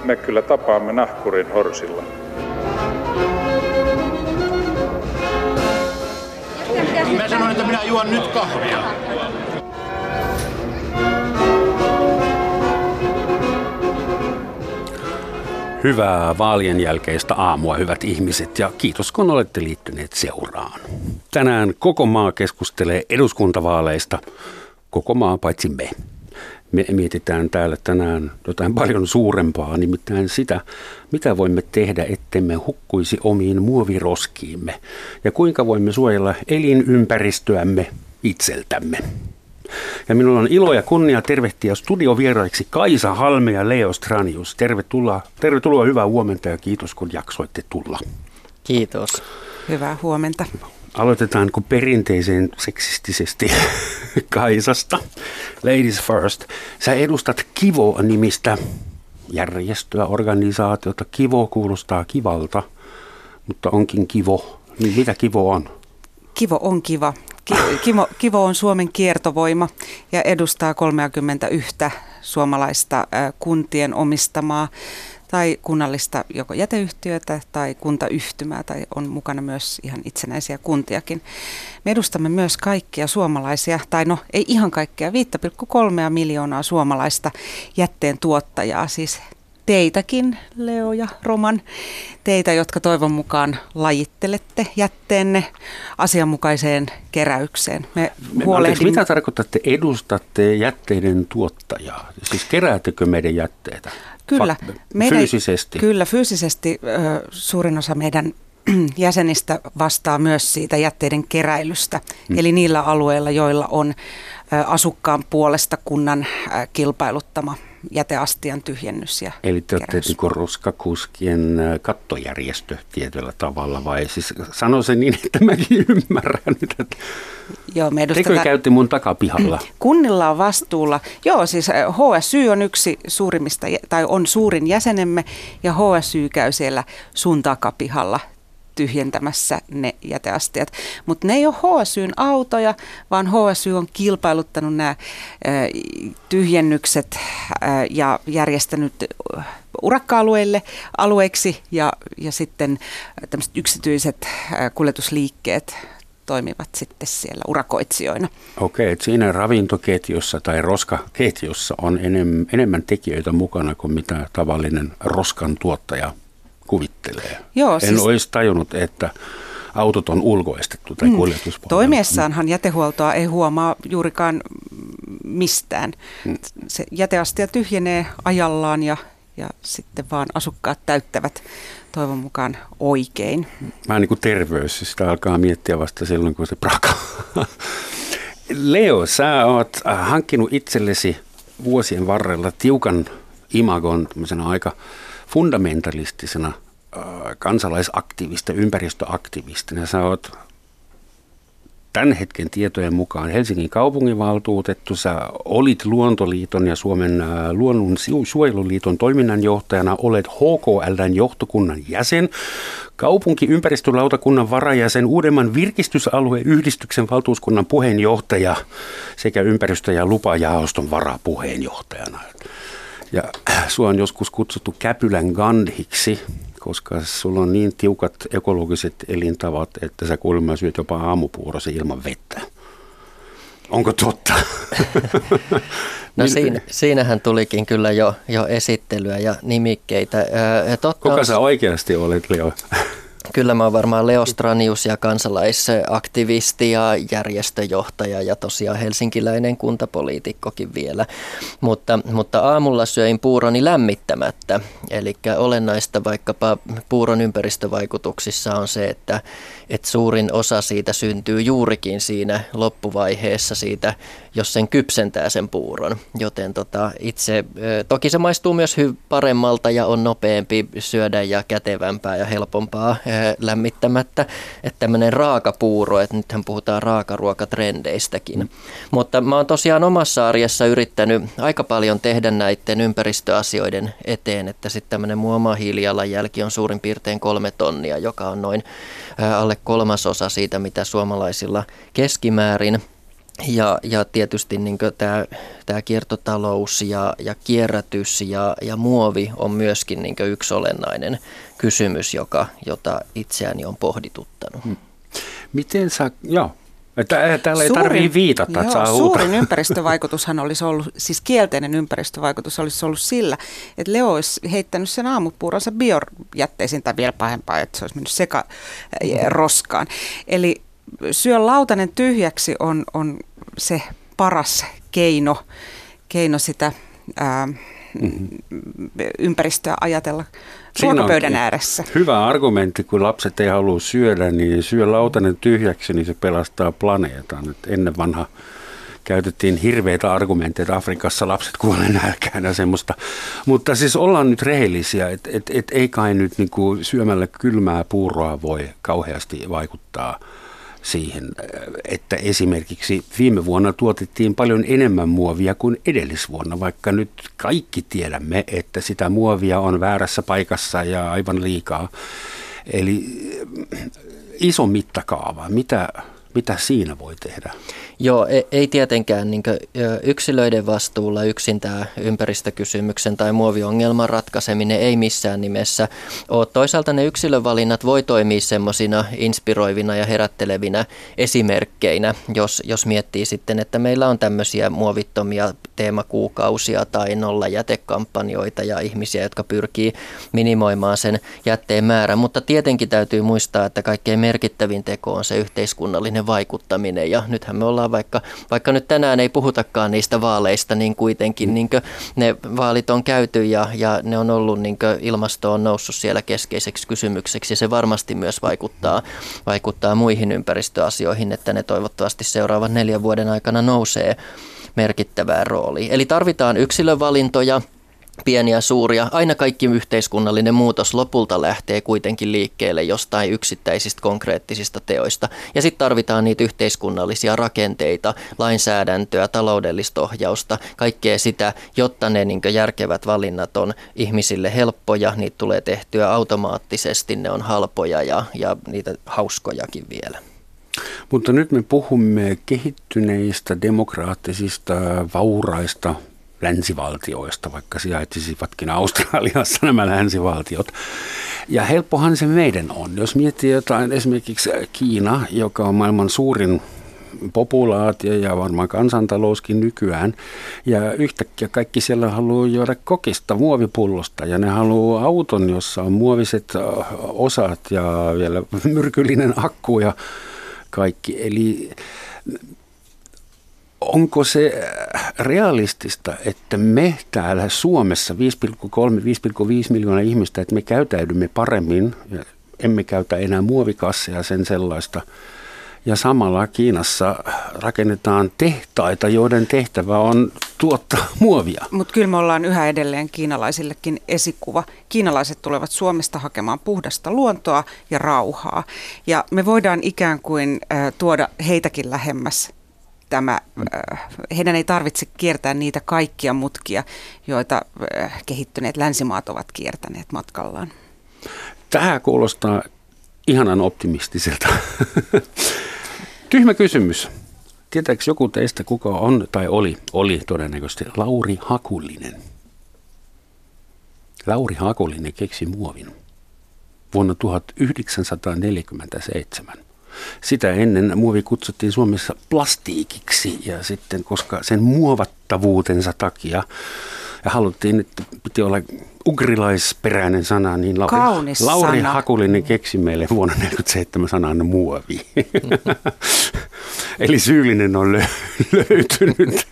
me kyllä tapaamme nahkurin horsilla. Mä sanoin, että minä juon nyt kahvia. Hyvää vaalien jälkeistä aamua, hyvät ihmiset, ja kiitos kun olette liittyneet seuraan. Tänään koko maa keskustelee eduskuntavaaleista, koko maa paitsi me. Me mietitään täällä tänään jotain paljon suurempaa, nimittäin sitä, mitä voimme tehdä, ettemme hukkuisi omiin muoviroskiimme, ja kuinka voimme suojella elinympäristöämme itseltämme. Ja minulla on ilo ja kunnia tervehtiä studiovieraiksi Kaisa Halme ja Leo Stranius. Tervetuloa, hyvää huomenta ja kiitos kun jaksoitte tulla. Kiitos. Hyvää huomenta. Aloitetaanko perinteisen seksistisesti Kaisasta? Ladies first. Sä edustat Kivo-nimistä järjestöä, organisaatiota. Kivo kuulostaa kivalta, mutta onkin Kivo. Niin mitä Kivo on? Kivo on kiva. Kivo on Suomen kiertovoima ja edustaa 31 suomalaista kuntien omistamaa tai kunnallista joko jäteyhtiötä tai kuntayhtymää tai on mukana myös ihan itsenäisiä kuntiakin. Me edustamme myös kaikkia suomalaisia, tai no ei ihan kaikkia, 5,3 miljoonaa suomalaista jätteen tuottajaa, siis teitäkin, Leo ja Roman, teitä, jotka toivon mukaan lajittelette jätteenne asianmukaiseen keräykseen. Mitä tarkoitatte, edustatte jätteiden tuottajaa? Siis keräättekö meidän jätteitä? Kyllä. Fyysisesti? Kyllä, fyysisesti suurin osa meidän jäsenistä vastaa myös siitä jätteiden keräilystä. Eli niillä alueilla, joilla on asukkaan puolesta kunnan kilpailuttama jäteastian tyhjennys ja eli te olette keräys. niin roskakuskien kattojärjestö tietyllä tavalla, vai siis sano se niin, että mäkin ymmärrän nyt, että joo, me tekö käytte mun takapihalla? Kunnilla on vastuulla. Joo, siis HSY on yksi suurimmista, tai on suurin jäsenemme, ja HSY käy siellä sun takapihalla tyhjentämässä ne jäteastiat. Mutta ne ei ole HSYn autoja, vaan HSY on kilpailuttanut nämä tyhjennykset ja järjestänyt urakka-alueiksi ja sitten tämmöiset yksityiset kuljetusliikkeet toimivat sitten siellä urakoitsijoina. Okei, että siinä ravintoketjussa tai roskaketjussa on enemmän tekijöitä mukana kuin mitä tavallinen roskan tuottaja kuvittelee. Joo, en olisi tajunnut, että autot on ulkoistettu tai kuljetuspuolella. Toimiessaanhan jätehuoltoa ei huomaa juurikaan mistään. Se jäteastia tyhjenee ajallaan ja sitten vaan asukkaat täyttävät toivon mukaan oikein. Vähän niin kuin terveys, sitä alkaa miettiä vasta silloin, kun se prakaa. Leo, sä oot hankkinut itsellesi vuosien varrella tiukan imagon tämmöisenä aika fundamentalistisena kansalaisaktiivista, ympäristöaktivistina. Sä oot tämän hetken tietojen mukaan Helsingin kaupunginvaltuutettu. Sä olit Luontoliiton ja Suomen luonnonsuojeluliiton toiminnanjohtajana. Olet HKL:n johtokunnan jäsen, kaupunkiympäristölautakunnan varajäsen, Uudenmaan virkistysalueyhdistyksen valtuuskunnan puheenjohtaja sekä ympäristö- ja lupajaoston varapuheenjohtajana. Ja sua on joskus kutsuttu Käpylän Gandhiksi, koska sulla on niin tiukat ekologiset elintavat, että sä kuulemma syöt jopa aamupuurosi ilman vettä. Onko totta? No siinähän tulikin kyllä jo esittelyä ja nimikkeitä. Kuka sä oikeasti olet, Leo? Kyllä mä oon varmaan Leo Stranius ja kansalaisaktivisti ja järjestöjohtaja ja tosiaan helsinkiläinen kuntapoliitikkokin vielä. Mutta aamulla söin puuroni lämmittämättä. Eli olennaista vaikkapa puuron ympäristövaikutuksissa on se, että suurin osa siitä syntyy juurikin siinä loppuvaiheessa siitä, jos sen kypsentää sen puuron. Joten toki se maistuu myös paremmalta ja on nopeampi syödä ja kätevämpää ja helpompaa lämmittämättä. Että tämmöinen raakapuuro, että nythän puhutaan raakaruokatrendeistäkin. Mutta mä oon tosiaan omassa arjessa yrittänyt aika paljon tehdä näiden ympäristöasioiden eteen, että sitten tämmöinen mun oma hiilijalanjälki on suurin piirtein 3 tonnia, joka on noin alle 1/3 siitä, mitä suomalaisilla keskimäärin. Ja tietysti niin tämä kiertotalous ja kierrätys ja muovi on myöskin niin yksi olennainen kysymys, jota itseäni on pohdituttanut. Miten täällä ei tarvitse viitata, että saa suurin ympäristövaikutushan olisi ollut, siis kielteinen ympäristövaikutus olisi ollut sillä, että Leo olisi heittänyt sen aamupuuronsa biojätteisiin tai vielä pahempaa, että se olisi mennyt sekaroskaan. Eli syö lautanen tyhjäksi on se paras keino sitä ympäristöä ajatella ruokapöydän ääressä. Hyvä argumentti, kun lapset ei halua syödä, niin syö lautanen tyhjäksi, niin se pelastaa planeetan. Et ennen vanha käytettiin hirveitä argumentteja, että Afrikassa lapset kuolee nälkään ja semmoista. Mutta siis ollaan nyt rehellisiä, että ei kai nyt niinku syömällä kylmää puuroa voi kauheasti vaikuttaa siihen, että esimerkiksi viime vuonna tuotettiin paljon enemmän muovia kuin edellisvuonna, vaikka nyt kaikki tiedämme, että sitä muovia on väärässä paikassa ja aivan liikaa. Eli iso mittakaava, mitä siinä voi tehdä? Joo, ei tietenkään niin yksilöiden vastuulla yksin tämä ympäristökysymyksen tai muoviongelman ratkaiseminen ei missään nimessä ole. Toisaalta ne yksilövalinnat voi toimia semmoisina inspiroivina ja herättelevinä esimerkkeinä, jos miettii sitten, että meillä on tämmöisiä muovittomia teemakuukausia tai nolläjätekampanjoita ja ihmisiä, jotka pyrkii minimoimaan sen jätteen määrän. Mutta tietenkin täytyy muistaa, että kaikkein merkittävin teko on se yhteiskunnallinen vaikuttaminen ja nythän me ollaan vaikka nyt tänään ei puhutakaan niistä vaaleista, niin kuitenkin niin ne vaalit on käyty ja ne on ollut, niin ilmasto on noussut siellä keskeiseksi kysymykseksi ja se varmasti myös vaikuttaa muihin ympäristöasioihin, että ne toivottavasti seuraavan 4 vuoden aikana nousee merkittävään rooliin. Eli tarvitaan yksilövalintoja, pieniä suuria. Aina kaikki yhteiskunnallinen muutos lopulta lähtee kuitenkin liikkeelle jostain yksittäisistä konkreettisista teoista. Ja sitten tarvitaan niitä yhteiskunnallisia rakenteita, lainsäädäntöä, taloudellista ohjausta, kaikkea sitä, jotta ne niin järkevät valinnat on ihmisille helppoja, niitä tulee tehtyä automaattisesti, ne on halpoja ja niitä hauskojakin vielä. Mutta nyt me puhumme kehittyneistä, demokraattisista, vauraista länsivaltioista, vaikka sijaitsisivatkin Australiassa nämä länsivaltiot. Ja helppohan se meidän on. Jos miettii jotain, esimerkiksi Kiina, joka on maailman suurin populaatio ja varmaan kansantalouskin nykyään. Ja yhtäkkiä kaikki siellä haluaa juoda kokista muovipullosta ja ne haluaa auton, jossa on muoviset osat ja vielä myrkyllinen akku ja kaikki. Eli onko se realistista, että me täällä Suomessa 5,3-5,5 miljoonaa ihmistä, että me käytäydymme paremmin ja emme käytä enää muovikasseja sen sellaista. Ja samalla Kiinassa rakennetaan tehtaita, joiden tehtävä on tuottaa muovia. Mutta kyllä me ollaan yhä edelleen kiinalaisillekin esikuva. Kiinalaiset tulevat Suomesta hakemaan puhdasta luontoa ja rauhaa. Ja me voidaan ikään kuin tuoda heitäkin lähemmäs. Heidän ei tarvitse kiertää niitä kaikkia mutkia, joita kehittyneet länsimaat ovat kiertäneet matkallaan. Tämä kuulostaa ihanan optimistiselta. Tyhmä kysymys. Tietääkö joku teistä, kuka on tai oli todennäköisesti Lauri Hakulinen? Lauri Hakulinen keksi muovin vuonna 1947. Sitä ennen muovi kutsuttiin Suomessa plastiikiksi ja sitten, koska sen muovattavuutensa takia ja haluttiin, että piti olla ugrilaisperäinen sana, niin Lauri Hakulinen keksi meille vuonna 1947 sanan muovi. Eli syyllinen on löytynyt.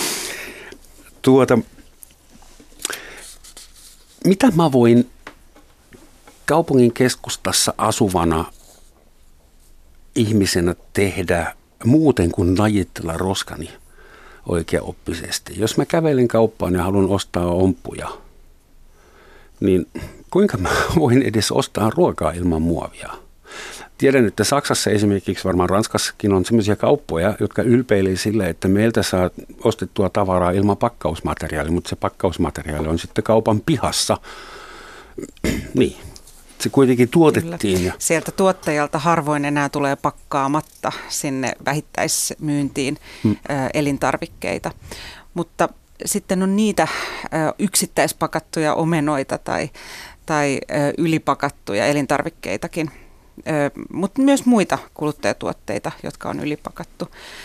Mitä mä voin kaupungin keskustassa asuvana ihmisenä tehdä muuten kuin lajittella roskani oikeaoppisesti? Jos mä kävelen kauppaan ja haluan ostaa ompuja, niin kuinka mä voin edes ostaa ruokaa ilman muovia? Tiedän, että Saksassa esimerkiksi, varmaan Ranskassakin on sellaisia kauppoja, jotka ylpeilee sillä, että meiltä saa ostettua tavaraa ilman pakkausmateriaalia, mutta se pakkausmateriaali on sitten kaupan pihassa. Niin. Se kuitenkin tuotettiin. Ja sieltä tuottajalta harvoin enää tulee pakkaamatta sinne vähittäismyyntiin elintarvikkeita. Mutta sitten on niitä yksittäispakattuja omenoita tai ylipakattuja elintarvikkeitakin, mutta myös muita kuluttajatuotteita, jotka on ylipakattu.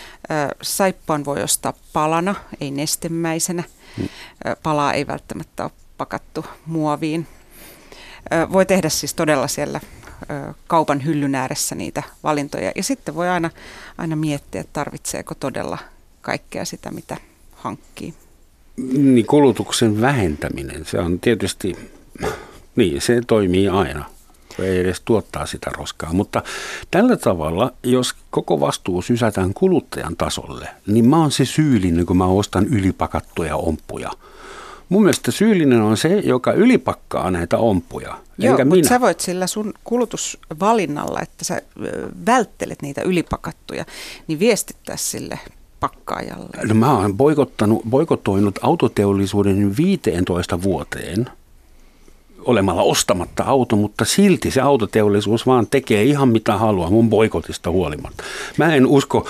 Saippaan voi ostaa palana, ei nestemäisenä. Palaa ei välttämättä ole pakattu muoviin. Voi tehdä siis todella siellä kaupan hyllyn ääressä niitä valintoja. Ja sitten voi aina miettiä, että tarvitseeko todella kaikkea sitä, mitä hankkii. Niin kulutuksen vähentäminen, se on tietysti, niin se toimii aina. Ei edes tuottaa sitä roskaa, mutta tällä tavalla, jos koko vastuu sysätään kuluttajan tasolle, niin mä oon se syyllinen, kun mä ostan ylipakattuja omppuja. Mun mielestä syyllinen on se, joka ylipakkaa näitä omppuja. Joo, mutta sä voit sillä sun kulutusvalinnalla, että sä välttelet niitä ylipakattuja, niin viestittää sille pakkaajalle. No mä oon boikotoinut autoteollisuuden 15 vuoteen olemalla ostamatta auto, mutta silti se autoteollisuus vaan tekee ihan mitä haluaa mun boikotista huolimatta. Mä en usko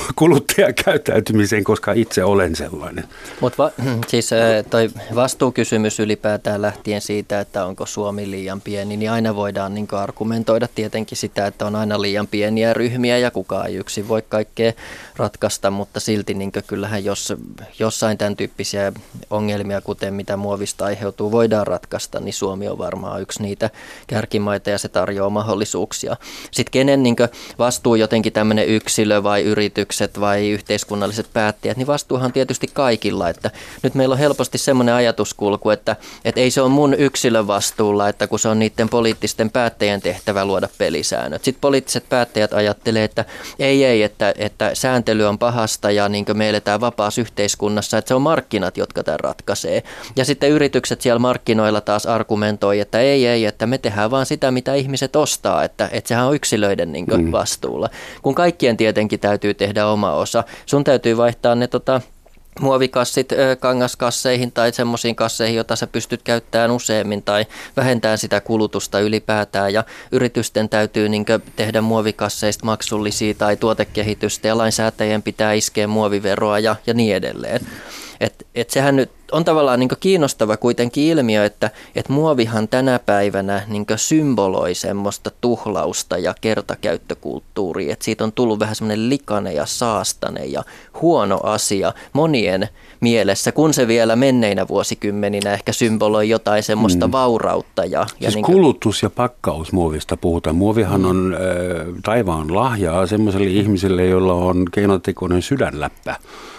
kuluttajakäyttäytymiseen, koska itse olen sellainen. Mutta siis toi vastuukysymys ylipäätään lähtien siitä, että onko Suomi liian pieni, niin aina voidaan niin argumentoida tietenkin sitä, että on aina liian pieniä ryhmiä ja kukaan ei yksin voi kaikkea ratkaista, mutta silti niin kyllähän jos jossain tämän tyyppisiä ongelmia, kuten mitä muovista aiheutuu, voidaan ratkaista, niin Suomi on varmaan yksi niitä kärkimaita ja se tarjoaa mahdollisuuksia. Sitten kenen niin vastuu jotenkin tämmöinen yksilö vai yritykset vai yhteiskunnalliset päättäjät, niin vastuuhan on tietysti kaikilla. Että nyt meillä on helposti semmoinen ajatuskulku, että ei se ole mun yksilön vastuulla, että kun se on niiden poliittisten päättäjien tehtävä luoda pelisäännöt. Sitten poliittiset päättäjät ajattelee, että ei, että sääntely on pahasta ja niin me eletään vapaassa yhteiskunnassa, että se on markkinat, jotka tämän ratkaisee. Ja sitten yritykset siellä markkinoilla taas argumentoi, että ei, että me tehdään vaan sitä, mitä ihmiset ostaa, että sehän on yksilöiden niin vastuulla. Kun kaikkien tietenkin täytyy tehdä oma osa. Sun täytyy vaihtaa ne muovikassit kangaskasseihin tai semmoisiin kasseihin, joita sä pystyt käyttämään useammin tai vähentämään sitä kulutusta ylipäätään. Ja yritysten täytyy niin tehdä muovikasseista maksullisia tai tuotekehitystä ja lainsäätäjien pitää iskeä muoviveroa ja niin edelleen. Et sehän nyt on tavallaan niin kiinnostava kuitenkin ilmiö, että muovihan tänä päivänä niin symboloi semmoista tuhlausta ja kertakäyttökulttuuria. Et siitä on tullut vähän semmoinen likainen ja saastainen ja huono asia monien mielessä, kun se vielä menneinä vuosikymmeninä ehkä symboloi jotain semmoista vaurautta. Siis kulutus- ja pakkausmuovista puhutaan. Muovihan on taivaan lahjaa semmoiselle ihmiselle, jolla on keinotekoinen sydänläppä.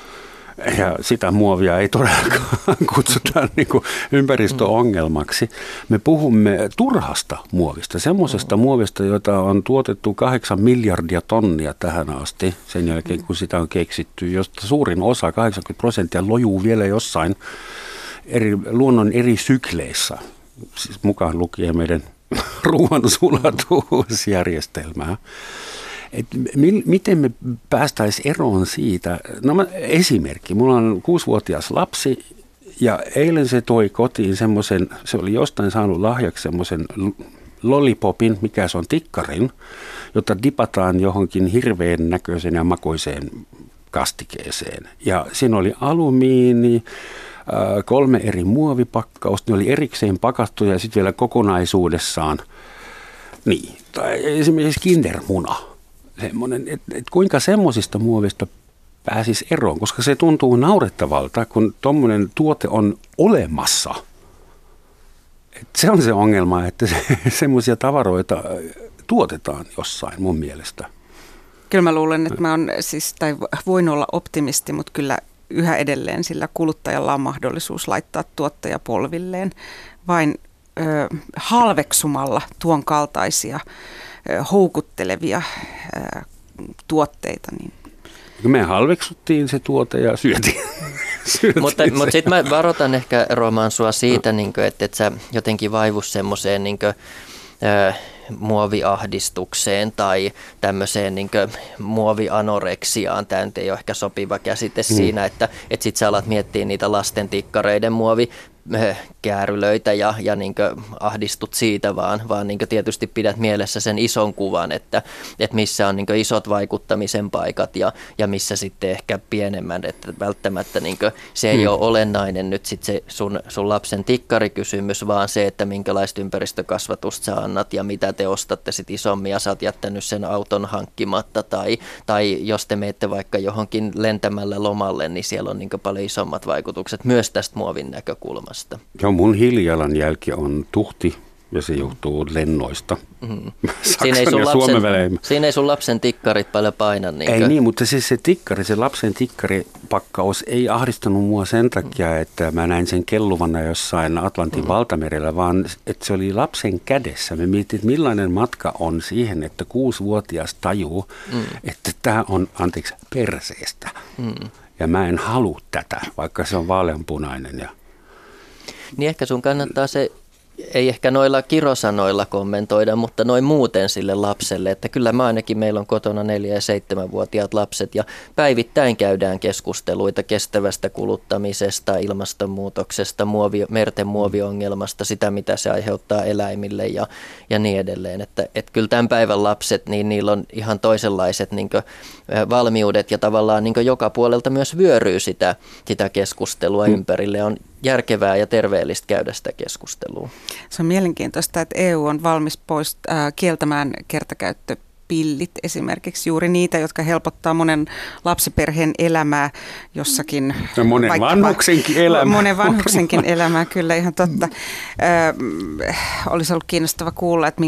Ja sitä muovia ei todellakaan kutsuta niin kuin ympäristöongelmaksi. Me puhumme turhasta muovista, semmoisesta muovista, jota on tuotettu 8 miljardia tonnia tähän asti, sen jälkeen kun sitä on keksitty, josta suurin osa, 80%, lojuu vielä jossain luonnon eri sykleissä, siis mukaan lukien meidän ruoansulatusjärjestelmää. Miten me päästäisiin eroon siitä? No esimerkki. Mulla on 6-vuotias lapsi ja eilen se toi kotiin semmoisen, se oli jostain saanut lahjaksi semmoisen lollipopin, mikä se on tikkarin, jota dipataan johonkin hirveän näköiseen ja makoiseen kastikeeseen. Ja siinä oli alumiini, 3 eri muovipakkausta, ne oli erikseen pakattuja ja sitten vielä kokonaisuudessaan. Niin, tai esimerkiksi kindermuna. Semmoinen, että kuinka semmoisista muovista pääsisi eroon, koska se tuntuu naurettavalta, kun tuommoinen tuote on olemassa. Se on se ongelma, että semmoisia tavaroita tuotetaan jossain mun mielestä. Kyllä mä luulen, että voin olla optimisti, mutta kyllä yhä edelleen sillä kuluttajalla on mahdollisuus laittaa tuottaja polvilleen vain halveksumalla tuon kaltaisia houkuttelevia tuotteita. Niin. Me halveksuttiin se tuote ja syötiin. Mutta sitten mä varoitan ehkä, Roman, sua siitä, että et sä jotenkin vaivu semmoiseen muoviahdistukseen tai tämmöiseen muovianoreksiaan. Tämä nyt ei ole ehkä sopiva käsite siinä, että sit sä alat miettiä niitä lasten tikkareiden käärylöitä ja niin ahdistut siitä, vaan niin tietysti pidät mielessä sen ison kuvan, että missä on niin isot vaikuttamisen paikat ja missä sitten ehkä pienemmät, että välttämättä niin se ei ole olennainen nyt sitten se sun lapsen tikkarikysymys, vaan se, että minkälaista ympäristökasvatusta sä annat ja mitä te ostatte sitten isommin ja sä oot jättänyt sen auton hankkimatta tai jos te menette vaikka johonkin lentämällä lomalle, niin siellä on niin paljon isommat vaikutukset myös tästä muovin näkökulmasta. Joo, mun hiilijalanjälki on tuhti ja se johtuu lennoista. Saksan ja Suomen välein. Siinä ei sun lapsen tikkarit paljon paina. Ei niin, mutta siis se lapsen tikkaripakkaus ei ahdistanut mua sen takia, että mä näin sen kelluvana jossain Atlantin valtamerellä, vaan että se oli lapsen kädessä. Me mietin, että millainen matka on siihen, että 6-vuotias tajuu, että tämä on, perseestä. Ja mä en halua tätä, vaikka se on vaaleanpunainen. Niin ehkä sun kannattaa se, ei ehkä noilla kirosanoilla kommentoida, mutta noin muuten sille lapselle, että kyllä meillä on kotona 4- ja 7-vuotiaat lapset ja päivittäin käydään keskusteluita kestävästä kuluttamisesta, ilmastonmuutoksesta, merten muoviongelmasta, sitä mitä se aiheuttaa eläimille ja niin edelleen. Että kyllä tämän päivän lapset, niin niillä on ihan toisenlaiset niin valmiudet ja tavallaan niin joka puolelta myös vyöryy sitä keskustelua ympärille. On järkevää ja terveellistä käydä sitä keskustelua. Se on mielenkiintoista, että EU on valmis kieltämään kertakäyttöpillit, esimerkiksi juuri niitä, jotka helpottaa monen lapsiperheen elämää jossakin. Ja monen vanhuksenkin elämää. Monen vanhuksenkin elämää, kyllä ihan totta. Olisi ollut kiinnostava kuulla, että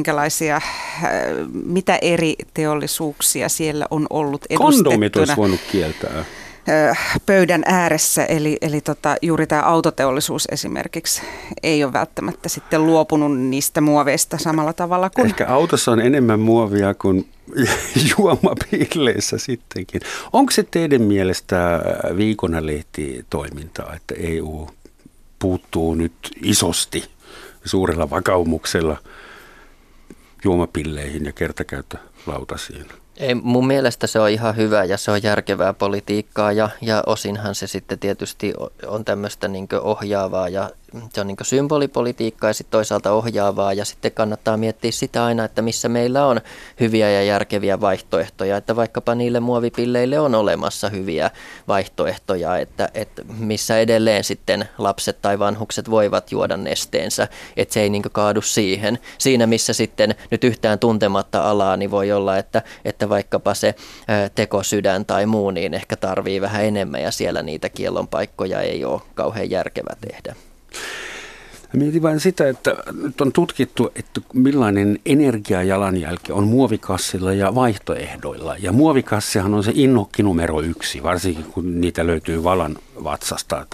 mitä eri teollisuuksia siellä on ollut edustettuna. Kondomit olisi voinut kieltää pöydän ääressä, eli juuri tämä autoteollisuus esimerkiksi ei ole välttämättä sitten luopunut niistä muoveista samalla tavalla kuin. Ehkä autossa on enemmän muovia kuin juomapilleissä sittenkin. Onko se teidän mielestä viikonalehti-toimintaa, että EU puuttuu nyt isosti suurella vakaumuksella juomapilleihin ja kertakäyttölautasiin? Ei, mun mielestä se on ihan hyvä ja se on järkevää politiikkaa ja osinhan se sitten tietysti on tämmöistä niin ohjaavaa ja se on niin symbolipolitiikkaa ja sitten toisaalta ohjaavaa ja sitten kannattaa miettiä sitä aina, että missä meillä on hyviä ja järkeviä vaihtoehtoja, että vaikkapa niille muovipilleille on olemassa hyviä vaihtoehtoja, että missä edelleen sitten lapset tai vanhukset voivat juoda nesteensä, että se ei niin kaadu siihen. Siinä missä sitten nyt yhtään tuntematta alaa, niin voi olla, että vaikkapa se tekosydän tai muu, niin ehkä tarvii vähän enemmän ja siellä niitä kiellonpaikkoja ei ole kauhean järkevä tehdä. Mietin vain sitä, että nyt on tutkittu, että millainen energiajalanjälki on muovikassilla ja vaihtoehdoilla. Ja muovikassihan on se innokki numero 1, varsinkin kun niitä löytyy valan vatsasta.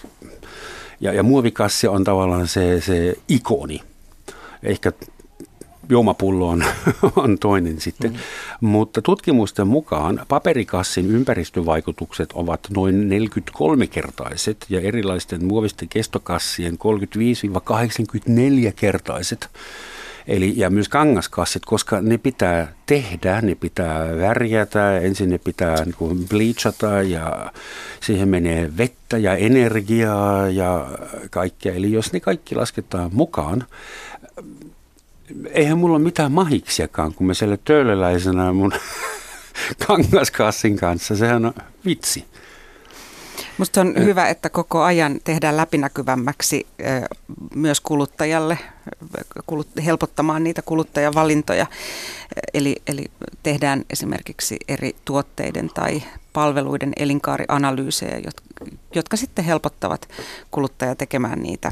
Ja muovikassi on tavallaan se ikoni. Ehkä juomapullo on toinen sitten, mutta tutkimusten mukaan paperikassin ympäristövaikutukset ovat noin 43-kertaiset ja erilaisten muovisten kestokassien 35-84-kertaiset. Ja myös kangaskassit, koska ne pitää tehdä, ne pitää värjätä, ensin ne pitää bleachata ja siihen menee vettä ja energiaa ja kaikkea. Eli jos ne kaikki lasketaan mukaan, eihän mulla ole mitään mahiksiakaan, kun mä siellä töölöläisenä mun kangaskassin kanssa. Sehän on vitsi. Musta on hyvä, että koko ajan tehdään läpinäkyvämmäksi myös kuluttajalle, helpottamaan niitä kuluttajavalintoja. Eli tehdään esimerkiksi eri tuotteiden tai palveluiden elinkaarianalyysejä, jotka sitten helpottavat kuluttajaa tekemään niitä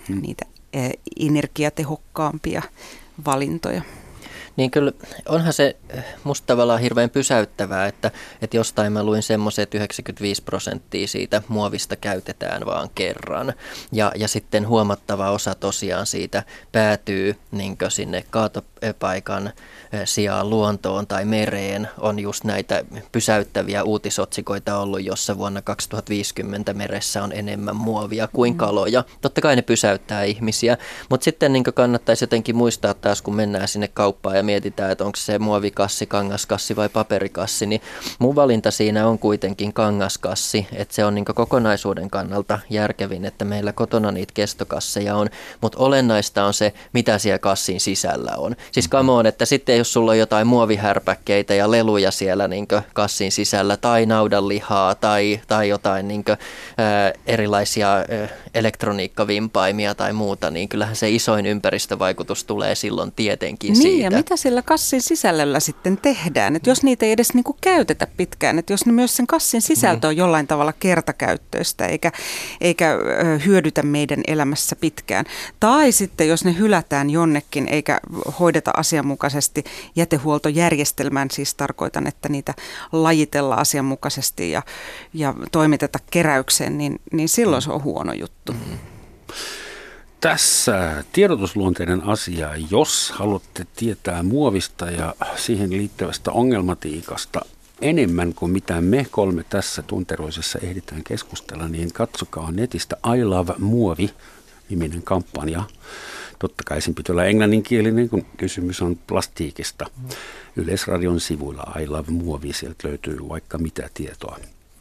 energiatehokkaampia valintoja. Niin kyllä onhan se musta tavallaan hirveän pysäyttävää, että jostain mä luin semmoisen, että 95% siitä muovista käytetään vaan kerran. Ja sitten huomattava osa tosiaan siitä päätyy niin sinne kaatopaikan sijaan luontoon tai mereen. On just näitä pysäyttäviä uutisotsikoita ollut, jossa vuonna 2050 meressä on enemmän muovia kuin kaloja. Totta kai ne pysäyttää ihmisiä, mutta sitten niin kannattaisi jotenkin muistaa taas, kun mennään sinne kauppaan ja mietitään, että onko se muovikassi, kangaskassi vai paperikassi, niin mun valinta siinä on kuitenkin kangaskassi, että se on niin kuin kokonaisuuden kannalta järkevin, että meillä kotona niitä kestokasseja on, mutta olennaista on se, mitä siellä kassin sisällä on. Siis come on, että sitten jos sulla on jotain muovihärpäkkeitä ja leluja siellä niin kuin kassin sisällä tai naudanlihaa tai jotain niin kuin, erilaisia elektroniikkavimpaimia tai muuta, niin kyllähän se isoin ympäristövaikutus tulee silloin tietenkin siitä. Niin, ja mitä sillä kassin sisällöllä sitten tehdään? Että jos niitä ei edes niin kuin käytetä pitkään, että jos ne myös sen kassin sisältö on jollain tavalla kertakäyttöistä eikä hyödytä meidän elämässä pitkään. Tai sitten jos ne hylätään jonnekin eikä hoideta asianmukaisesti jätehuoltojärjestelmään, siis tarkoitan, että niitä lajitellaan asianmukaisesti ja toimiteta keräykseen, niin silloin se on huono juttu. Tässä tiedotusluonteinen asia, jos haluatte tietää muovista ja siihen liittyvästä ongelmatiikasta enemmän kuin mitä me kolme tässä tunteroisessa ehditään keskustella, niin katsokaa netistä I Love Muovi-niminen kampanja. Totta kai sen pitää olla englanninkielinen, kun kysymys on plastiikista. Yleisradion sivuilla I Love Muovi, sieltä löytyy vaikka mitä tietoa.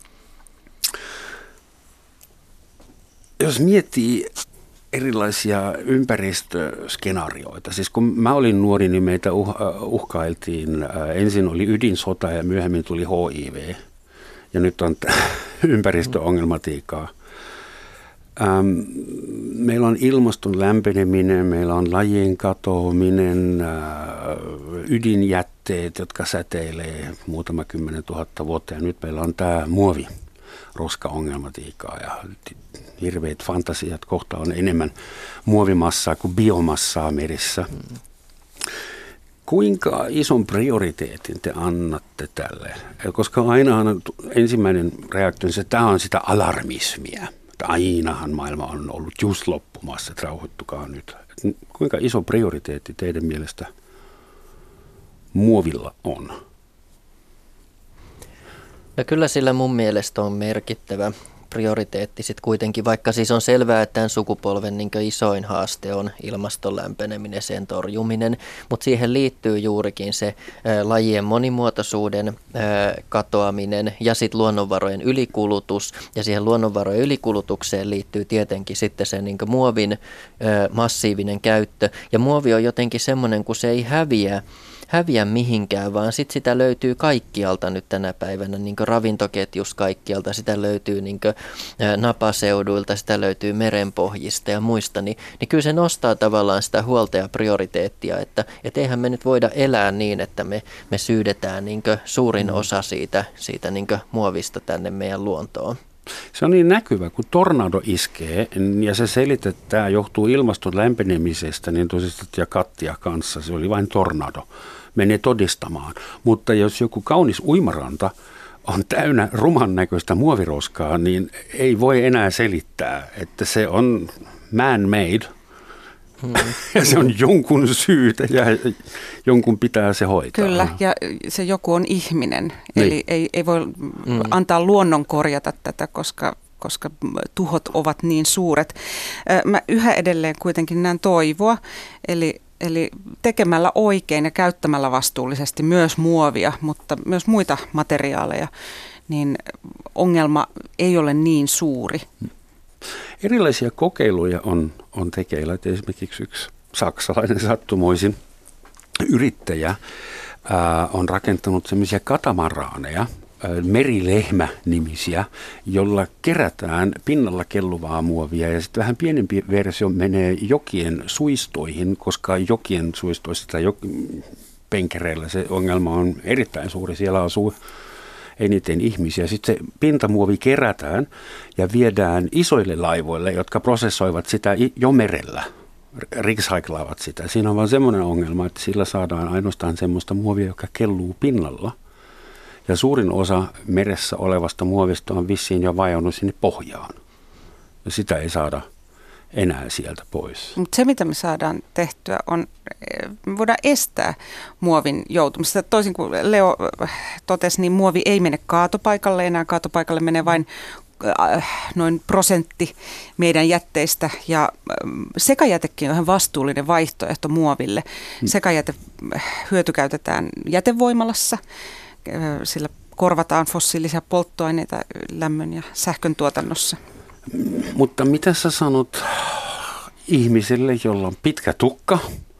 Jos miettii erilaisia ympäristöskenaarioita. Siis kun mä olin nuori, niin meitä uhkailtiin. Ensin oli ydinsota ja myöhemmin tuli HIV. Ja nyt on ympäristöongelmatiikkaa. Meillä on ilmaston lämpeneminen, meillä on lajien katoaminen, ydinjätteet, jotka säteilee muutama 10 000 vuotta. Ja nyt meillä on tämä muoviroska-ongelmatiikkaa ja hirveät fantasiat. Kohta on enemmän muovimassaa kuin biomassaa merissä. Kuinka ison prioriteetin te annatte tälle? Koska ainahan ensimmäinen reaktio on se, että tämä on sitä alarmismia. Ainahan maailma on ollut just loppumassa, että rauhoittukaa nyt. Kuinka iso prioriteetti teidän mielestä muovilla on? No kyllä sillä mun mielestä on merkittävä prioriteetti sitten kuitenkin, vaikka siis on selvää, että tämän sukupolven niin isoin haaste on ilmaston lämpeneminen, sen torjuminen, mutta siihen liittyy juurikin se lajien monimuotoisuuden katoaminen ja sitten luonnonvarojen ylikulutus, ja siihen luonnonvarojen ylikulutukseen liittyy tietenkin sitten se niin muovin massiivinen käyttö, ja muovi on jotenkin semmoinen, kun se ei häviä mihinkään, vaan sitten sitä löytyy kaikkialta nyt tänä päivänä, niin kuin ravintoketjus kaikkialta, sitä löytyy niin kuin napaseuduilta, sitä löytyy merenpohjista ja muista, niin kyllä se nostaa tavallaan sitä huolta ja prioriteettia, että eihän me nyt voida elää niin, että me syydetään niin kuin suurin osa siitä niin kuin muovista tänne meidän luontoon. Se on niin näkyvä, kun tornado iskee ja se selitetään, että tämä johtuu ilmaston lämpenemisestä, niin tosiaan ja Kattia kanssa, se oli vain tornado, menee todistamaan. Mutta jos joku kaunis uimaranta on täynnä ruman näköistä muoviroskaa, niin ei voi enää selittää, että se on man-made. Ja se on jonkun syytä ja jonkun pitää se hoitaa. Kyllä, ja se joku on ihminen. Niin. Eli ei voi antaa luonnon korjata tätä, koska tuhot ovat niin suuret. Mä yhä edelleen kuitenkin näen toivoa, eli tekemällä oikein ja käyttämällä vastuullisesti myös muovia, mutta myös muita materiaaleja, niin ongelma ei ole niin suuri. Erilaisia kokeiluja on tekeillä. Että esimerkiksi yksi saksalainen sattumoisin yrittäjä on rakentanut sellaisia katamaraaneja, merilehmä-nimisiä, jolla kerätään pinnalla kelluvaa muovia ja sitten vähän pienempi versio menee jokien suistoihin, koska jokien suistoissa tai penkereillä se ongelma on erittäin suuri. Siellä asuu eniten ihmisiä. Sitten se pintamuovi kerätään ja viedään isoille laivoille, jotka prosessoivat sitä jo merellä, recyclaavat sitä. Siinä on vaan semmoinen ongelma, että sillä saadaan ainoastaan semmoista muovia, joka kelluu pinnalla. Ja suurin osa meressä olevasta muovista on vissiin jo vajonnut sinne pohjaan. Ja sitä ei saada enää sieltä pois. Mutta se, mitä me saadaan tehtyä, on, me voidaan estää muovin joutumista. Toisin kuin Leo totesi, niin muovi ei mene kaatopaikalle enää. Kaatopaikalle menee vain noin prosentti meidän jätteistä ja sekajätekin on ihan vastuullinen vaihtoehto muoville. Sekajäte hyötykäytetään jätevoimalassa, sillä korvataan fossiilisia polttoaineita lämmön ja sähkön tuotannossa. Mutta mitä sä sanot ihmiselle, jolla on pitkä tukka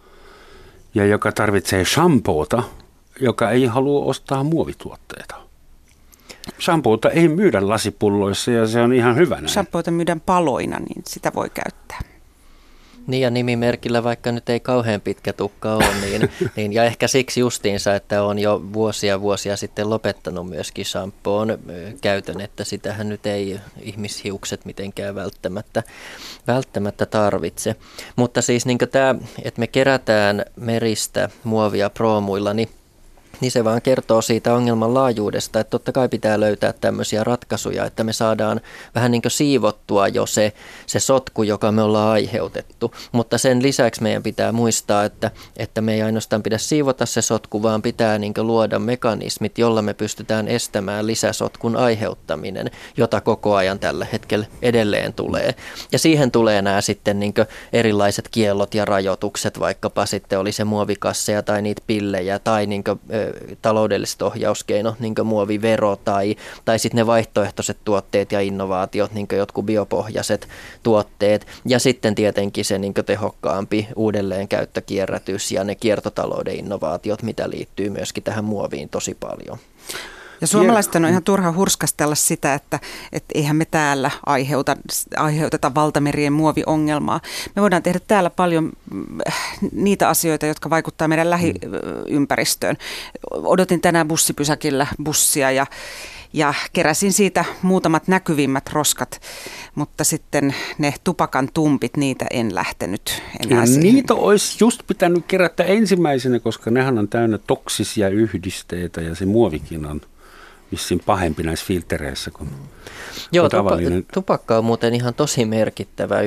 ja joka tarvitsee shampoota, joka ei halua ostaa muovituotteita? Shampoota ei myydä lasipulloissa ja se on ihan hyvä näin. Shampoota myydään paloina, niin sitä voi käyttää. Niin ja nimimerkillä, vaikka nyt ei kauhean pitkä tukka ole, niin ja ehkä siksi justiinsa, että on jo vuosia sitten lopettanut myöskin shampoon käytön, että sitähän nyt ei ihmishiukset mitenkään välttämättä tarvitse. Mutta siis niin tämä, että me kerätään meristä muovia proomuilla, niin se vaan kertoo siitä ongelman laajuudesta, että totta kai pitää löytää tämmöisiä ratkaisuja, että me saadaan vähän niin kuin siivottua jo se sotku, joka me ollaan aiheutettu. Mutta sen lisäksi meidän pitää muistaa, että me ei ainoastaan pidä siivota se sotku, vaan pitää niin kuin luoda mekanismit, jolla me pystytään estämään lisäsotkun aiheuttaminen, jota koko ajan tällä hetkellä edelleen tulee. Ja siihen tulee nämä sitten niin kuin erilaiset kiellot ja rajoitukset, vaikkapa sitten oli se muovikasseja tai niitä pillejä tai niin kuin taloudelliset ohjauskeinot, niin kuin muovivero tai sitten ne vaihtoehtoiset tuotteet ja innovaatiot, niin kuin jotkut biopohjaiset tuotteet. Ja sitten tietenkin se niin kuin tehokkaampi uudelleenkäyttökierrätys ja ne kiertotalouden innovaatiot, mitä liittyy myöskin tähän muoviin tosi paljon. Ja suomalaisten on ihan turha hurskastella sitä, että eihän me täällä aiheuteta valtamerien muoviongelmaa. Me voidaan tehdä täällä paljon niitä asioita, jotka vaikuttaa meidän lähiympäristöön. Odotin tänään bussipysäkillä bussia ja keräsin siitä muutamat näkyvimmät roskat, mutta sitten ne tupakan tumpit, niitä en lähtenyt enää siihen. Niitä olisi just pitänyt kerätä ensimmäisenä, koska nehän on täynnä toksisia yhdisteitä ja se muovikin on vissiin pahempi näissä filtereissä kuin tavallinen. Tupakka on muuten ihan tosi merkittävä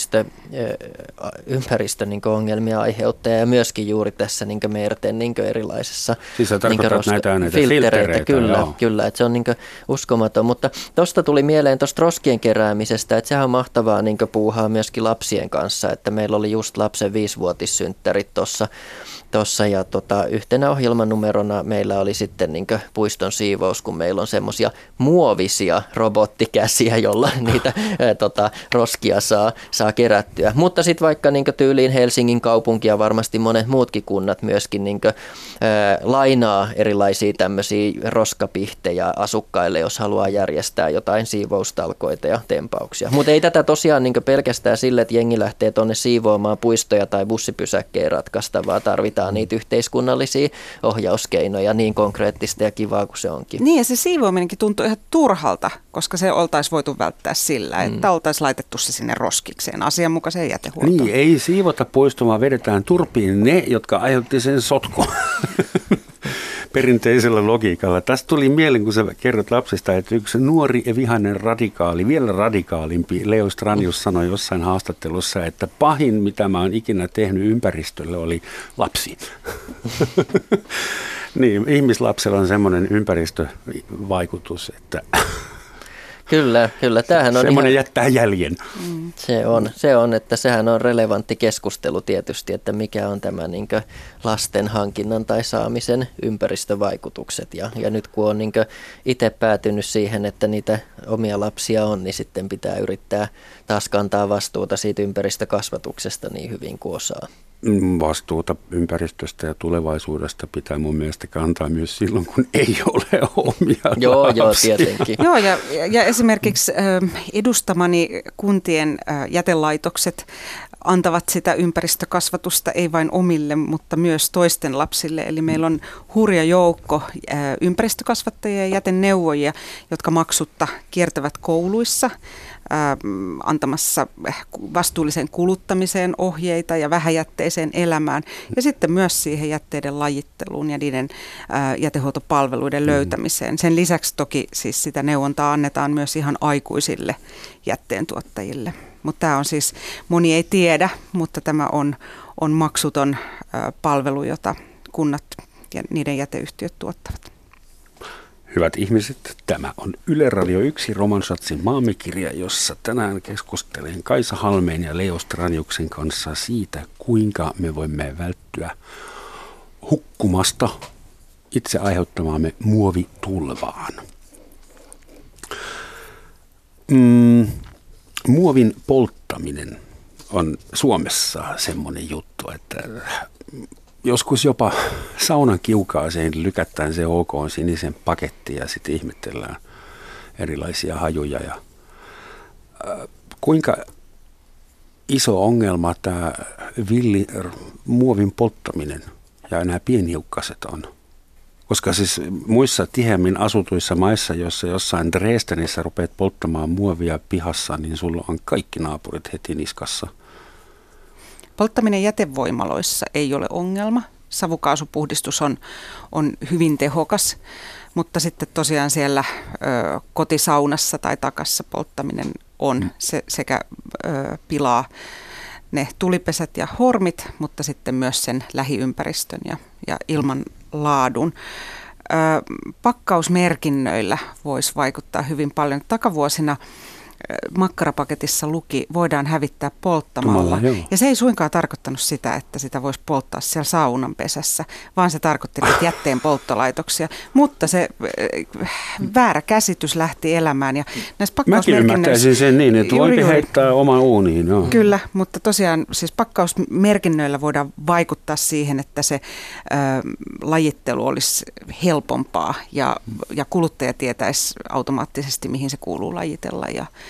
ympäristö niin ongelmia aiheuttaja ja myöskin juuri tässä niin merten niin erilaisissa siis näitä filtereitä. Kyllä, että se on niin uskomaton. Mutta tuosta tuli mieleen tuosta roskien keräämisestä, että sehän on mahtavaa niin puuhaa myöskin lapsien kanssa, että meillä oli just lapsen 5-vuotissynttärit tuossa ja yhtenä ohjelmanumerona meillä oli sitten niin puiston siivous, kun meillä on semmoisia muovisia robottikäsiä, jolla niitä roskia saa kerättyä. Mutta sitten vaikka niin tyyliin Helsingin kaupunki ja varmasti monet muutkin kunnat myöskin niin lainaa erilaisia tämmöisiä roskapihtejä asukkaille, jos haluaa järjestää jotain siivoustalkoita ja tempauksia. Mutta ei tätä tosiaan niin pelkästään sille, että jengi lähtee tuonne siivoamaan puistoja tai bussipysäkkeen ratkaista, vaan tarvitaan niitä yhteiskunnallisia ohjauskeinoja niin konkreettista ja kivaa kuin se onkin. Niin ja se siivoaminenkin tuntuu ihan turhalta, koska se oltaisiin voitu välttää sillä, että oltaisiin laitettu se sinne roskikseen asianmukaiseen jätehuoltoon. Niin, ei siivota poistumaan, vedetään turpiin ne, jotka aiheutti sen sotkun. Perinteisellä logiikalla. Tästä tuli mieleen, kun sä kerrot lapsista, että yksi nuori ja vihainen radikaali, vielä radikaalimpi, Leo Stranius sanoi jossain haastattelussa, että pahin, mitä mä oon ikinä tehnyt ympäristölle, oli lapsi. Niin, ihmislapsella on semmoinen ympäristövaikutus, että Kyllä. Tämähän on semmoinen jättää jäljen. Se on, että sehän on relevantti keskustelu tietysti, että mikä on tämä niin kuin lasten hankinnan tai saamisen ympäristövaikutukset. Ja nyt kun on niin kuin itse päätynyt siihen, että niitä omia lapsia on, niin sitten pitää yrittää taas kantaa vastuuta siitä ympäristökasvatuksesta niin hyvin kuin osaa. Vastuuta ympäristöstä ja tulevaisuudesta pitää mun mielestä kantaa myös silloin, kun ei ole omia lapsia. Joo, tietenkin. Joo, ja esimerkiksi edustamani kuntien jätelaitokset antavat sitä ympäristökasvatusta ei vain omille, mutta myös toisten lapsille. Eli meillä on hurja joukko ympäristökasvattajia ja jäteneuvojia, jotka maksutta kiertävät kouluissa antamassa vastuulliseen kuluttamiseen ohjeita ja vähäjätteiseen elämään ja sitten myös siihen jätteiden lajitteluun ja niiden jätehuoltopalveluiden löytämiseen. Sen lisäksi toki siis sitä neuvontaa annetaan myös ihan aikuisille jätteentuottajille. Mutta tämä on siis, moni ei tiedä, mutta tämä on maksuton palvelu, jota kunnat ja niiden jäteyhtiöt tuottavat. Hyvät ihmiset, tämä on Yle Radio 1 Roman Schatzin Maamikirja, jossa tänään keskustelen Kaisa Halmeen ja Leo Straniuksen kanssa siitä, kuinka me voimme välttyä hukkumasta itse aiheuttamaamme muovitulvaan. Muovin polttaminen on Suomessa semmoinen juttu, että joskus jopa saunan kiukaaseen lykätään se OK sinisen paketti ja sitten ihmetellään erilaisia hajuja. Ja, kuinka iso ongelma tämä villi muovin polttaminen ja nämä pienhiukkaset on? Koska siis muissa tiheämmin asutuissa maissa, joissa jossain Dresdenissä rupeat polttamaan muovia pihassa, niin sulla on kaikki naapurit heti niskassa. Polttaminen jätevoimaloissa ei ole ongelma. Savukaasupuhdistus on hyvin tehokas, mutta sitten tosiaan siellä kotisaunassa tai takassa polttaminen on se sekä pilaa ne tulipesät ja hormit, mutta sitten myös sen lähiympäristön ja ilman laadun. Pakkausmerkinnöillä voisi vaikuttaa hyvin paljon. Takavuosina makkarapaketissa luki, voidaan hävittää polttamalla. Ja se ei suinkaan tarkoittanut sitä, että sitä voisi polttaa siellä saunanpesässä, vaan se tarkoitti niitä jätteen polttolaitoksia. Mutta se väärä käsitys lähti elämään. Ja mäkin ymmärtäisin sen niin, että voipi heittää oman uuniin. Joo. Kyllä, mutta tosiaan siis pakkausmerkinnöillä voidaan vaikuttaa siihen, että se lajittelu olisi helpompaa ja kuluttaja tietäisi automaattisesti, mihin se kuuluu lajitella.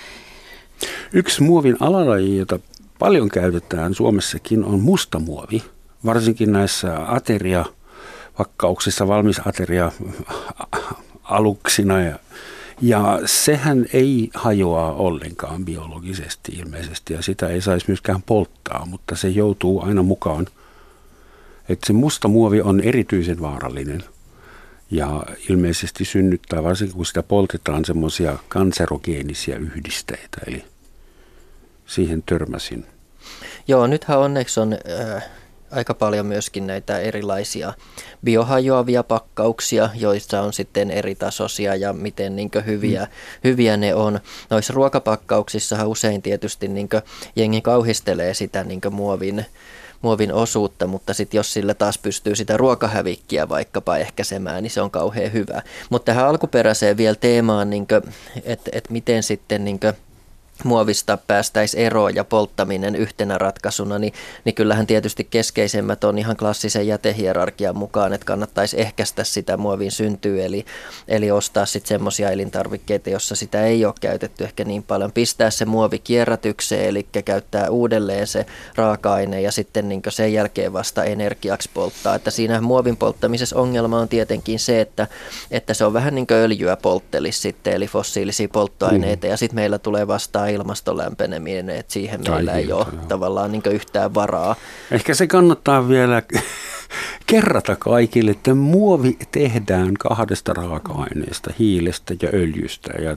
Yksi muovin alalaji, jota paljon käytetään Suomessakin, on mustamuovi. Varsinkin näissä ateriapakkauksissa, valmis ateria aluksina. Ja sehän ei hajoa ollenkaan biologisesti ilmeisesti ja sitä ei saisi myöskään polttaa, mutta se joutuu aina mukaan. Että se mustamuovi on erityisen vaarallinen ja ilmeisesti synnyttää, varsinkin kun sitä poltetaan, semmoisia kanserogeenisia yhdisteitä, eli siihen törmäsin. Joo, nythän onneksi on aika paljon myöskin näitä erilaisia biohajoavia pakkauksia, joissa on sitten eri tasoisia ja miten hyviä ne on. Noissa ruokapakkauksissahan usein tietysti jengi kauhistelee sitä muovin osuutta, mutta sitten jos sillä taas pystyy sitä ruokahävikkiä vaikkapa ehkäisemään, niin se on kauhean hyvä. Mutta tähän alkuperäiseen vielä teemaan, että miten sitten muovista päästäisiin eroon ja polttaminen yhtenä ratkaisuna, niin kyllähän tietysti keskeisemmät on ihan klassisen jätehierarkian mukaan, että kannattaisi ehkäistä sitä muovin syntyä, eli ostaa sitten semmoisia elintarvikkeita, jossa sitä ei ole käytetty ehkä niin paljon. Pistää se muovi kierrätykseen, eli käyttää uudelleen se raaka-aine ja sitten sen jälkeen vasta energiaksi polttaa. Että siinä muovin polttamisessa ongelma on tietenkin se, että se on vähän niin kuin öljyä polttelisi sitten, eli fossiilisia polttoaineita, ja sitten meillä tulee vastaan ilmaston lämpeneminen, että siihen meillä ei ole tavallaan yhtään varaa. Ehkä se kannattaa vielä kerrata kaikille, että muovi tehdään kahdesta raaka-aineesta, hiilestä ja öljystä, ja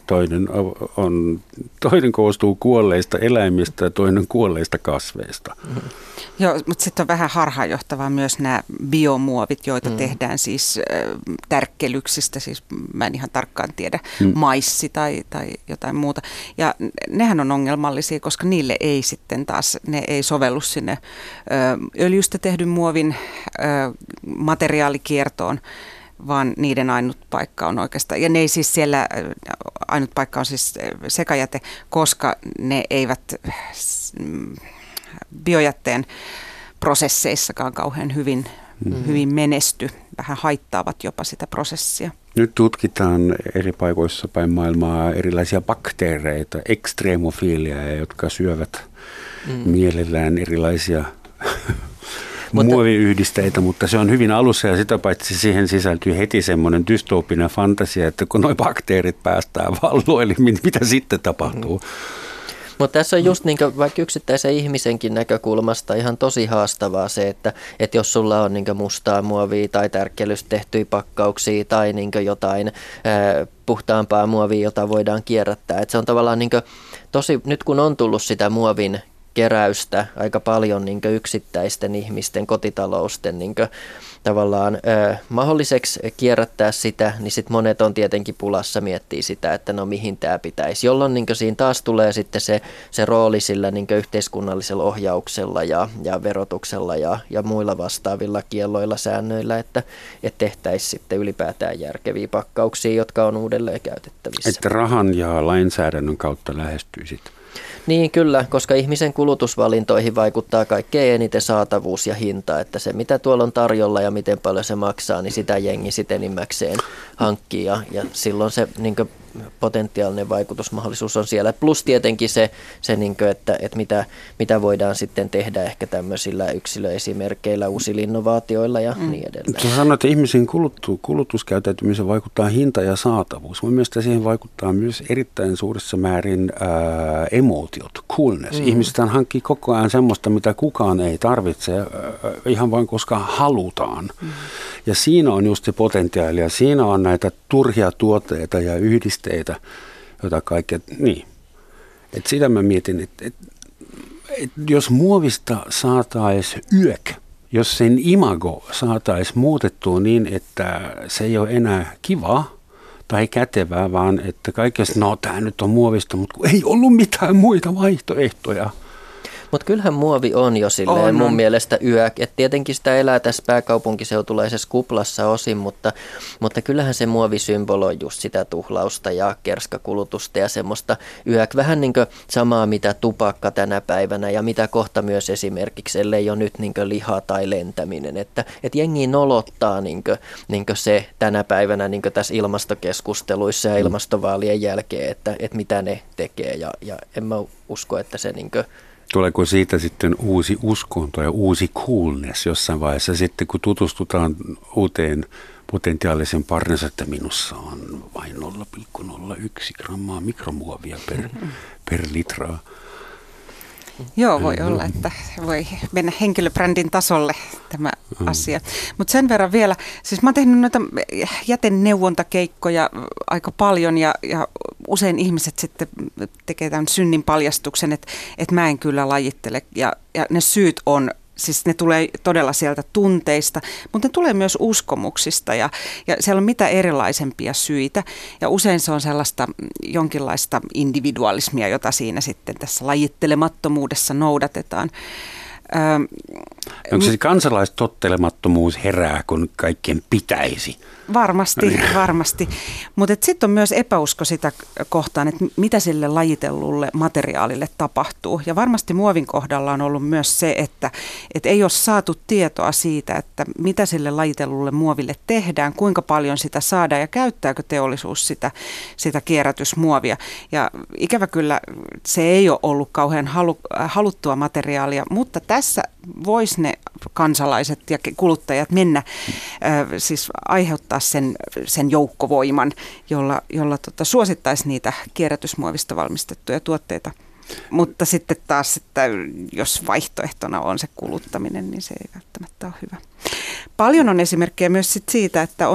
toinen koostuu kuolleista eläimistä ja toinen kuolleista kasveista. Joo, mutta sitten on vähän harhaanjohtavaa myös nämä biomuovit, joita tehdään siis tärkkelyksistä, siis mä en ihan tarkkaan tiedä, maissi tai jotain muuta. Ja nehän on ongelmallisia, koska niille ei sitten taas, ne ei sovellu sinne öljystä tehdyn muovin materiaalikiertoon, vaan niiden ainut paikka on oikeastaan, ja ne ei siis siellä, ainut paikka on siis sekajäte, koska ne eivät biojätteen prosesseissakaan kauhean hyvin menesty, vähän haittaavat jopa sitä prosessia. Nyt tutkitaan eri paikoissa päin maailmaa erilaisia bakteereita, ekstremofiilia, jotka syövät mielellään erilaisia muoviyhdisteitä, mutta se on hyvin alussa ja sitä paitsi siihen sisältyy heti semmoinen dystopinen fantasia, että kun nuo bakteerit päästään valloille, mitä sitten tapahtuu? Mutta tässä on just vaikka yksittäisen ihmisenkin näkökulmasta ihan tosi haastavaa se, että jos sulla on mustaa muovia tai tärkkelystä tehtyjä pakkauksia tai jotain puhtaampaa muovia, jota voidaan kierrättää. Et se on tavallaan tosi, nyt kun on tullut sitä muovin keräystä aika paljon niin yksittäisten ihmisten, kotitalousten niin tavallaan mahdolliseksi kierrättää sitä, niin sitten monet on tietenkin pulassa miettii sitä, että no mihin tämä pitäisi. Jolloin niin siinä taas tulee sitten se rooli sillä niin yhteiskunnallisella ohjauksella ja verotuksella ja muilla vastaavilla kielloilla, säännöillä, että tehtäisiin sitten ylipäätään järkeviä pakkauksia, jotka on uudelleen käytettävissä. Että rahan ja lainsäädännön kautta lähestyisit. Niin kyllä, koska ihmisen kulutusvalintoihin vaikuttaa kaikkein eniten saatavuus ja hinta, että se mitä tuolla on tarjolla ja miten paljon se maksaa, niin sitä jengi sitten enimmäkseen hankkii ja silloin se niin potentiaalinen vaikutusmahdollisuus on siellä. Plus tietenkin se niin kuin, että mitä voidaan sitten tehdä ehkä tämmöisillä yksilöesimerkkeillä, uusilla innovaatioilla ja niin edelleen. Sä sanoit, että ihmisen kulutuskäyttäytymiseen vaikuttaa hinta ja saatavuus. Mun mielestä siihen vaikuttaa myös erittäin suuressa määrin emootiot, coolness. Ihmisethän hankkii koko ajan semmoista, mitä kukaan ei tarvitse, ihan vain koska halutaan. Ja siinä on just se potentiaali ja siinä on näitä turhia tuotteita ja yhdisteitä, joita kaikkea, niin. Et sitä mä mietin, että jos muovista saataisiin jos sen imago saataisiin muutettua niin, että se ei ole enää kiva tai kätevää, vaan että kaikessa, no tämä nyt on muovista, mutta ei ollut mitään muita vaihtoehtoja. Mutta kyllähän muovi on jo silleen mun mielestä että tietenkin sitä elää tässä pääkaupunkiseutulaisessa kuplassa osin, mutta kyllähän se muovi symboloi just sitä tuhlausta ja kerskakulutusta ja semmoista vähän niin kuin samaa mitä tupakka tänä päivänä ja mitä kohta myös esimerkiksi, ellei ole nyt niin kuin liha tai lentäminen, että jengi nolottaa niin kuin se tänä päivänä niin kuin tässä ilmastokeskusteluissa ja ilmastovaalien jälkeen, että mitä ne tekee ja en mä usko, että se niin kuin tuleeko siitä sitten uusi uskonto ja uusi coolness jossain vaiheessa sitten, kun tutustutaan uuteen potentiaalisen parinsa, että minussa on vain 0,01 grammaa mikromuovia per litraa. Joo, voi olla, että voi mennä henkilöbrändin tasolle tämä asia. Mutta sen verran vielä, siis mä oon tehnyt noita jäteneuvontakeikkoja aika paljon ja usein ihmiset sitten tekee tämän synnin paljastuksen, että mä en kyllä lajittele ja ne syyt on, siis ne tulee todella sieltä tunteista, mutta ne tulee myös uskomuksista ja siellä on mitä erilaisempia syitä. Ja usein se on sellaista jonkinlaista individualismia, jota siinä sitten tässä lajittelemattomuudessa noudatetaan. Onko se kansalaistottelemattomuus herää, kun kaikkien pitäisi? Varmasti. Mutta sitten on myös epäusko sitä kohtaan, että mitä sille lajitellulle materiaalille tapahtuu. Ja varmasti muovin kohdalla on ollut myös se, että ei ole saatu tietoa siitä, että mitä sille lajitellulle muoville tehdään, kuinka paljon sitä saadaan ja käyttääkö teollisuus sitä kierrätysmuovia. Ja ikävä kyllä se ei ole ollut kauhean haluttua materiaalia, mutta tässä voisi ne kansalaiset ja kuluttajat mennä, siis aiheuttaa sen joukkovoiman, jolla suosittaisi niitä kierrätysmuovista valmistettuja tuotteita. Mutta sitten taas, että jos vaihtoehtona on se kuluttaminen, niin se ei välttämättä ole hyvä. Paljon on esimerkkejä myös siitä, että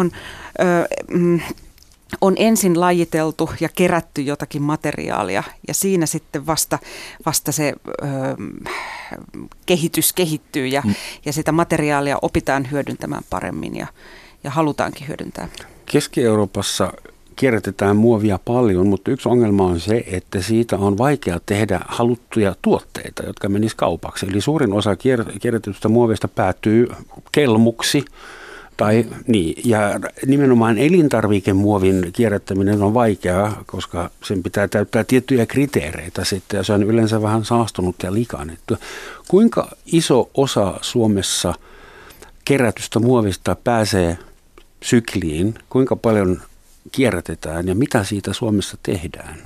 on ensin lajiteltu ja kerätty jotakin materiaalia ja siinä sitten vasta se kehitys kehittyy ja sitä materiaalia opitaan hyödyntämään paremmin ja halutaankin hyödyntää. Keski-Euroopassa kierrätetään muovia paljon, mutta yksi ongelma on se, että siitä on vaikea tehdä haluttuja tuotteita, jotka menis kaupaksi. Eli suurin osa kierrätetystä muovista päätyy kelmuksi. Ja nimenomaan elintarvikemuovin kierrättäminen on vaikeaa, koska sen pitää täyttää tiettyjä kriteereitä sitten, ja se on yleensä vähän saastunut ja likainen. Kuinka iso osa Suomessa kerätystä muovista pääsee sykliin, kuinka paljon kierrätetään ja mitä siitä Suomessa tehdään?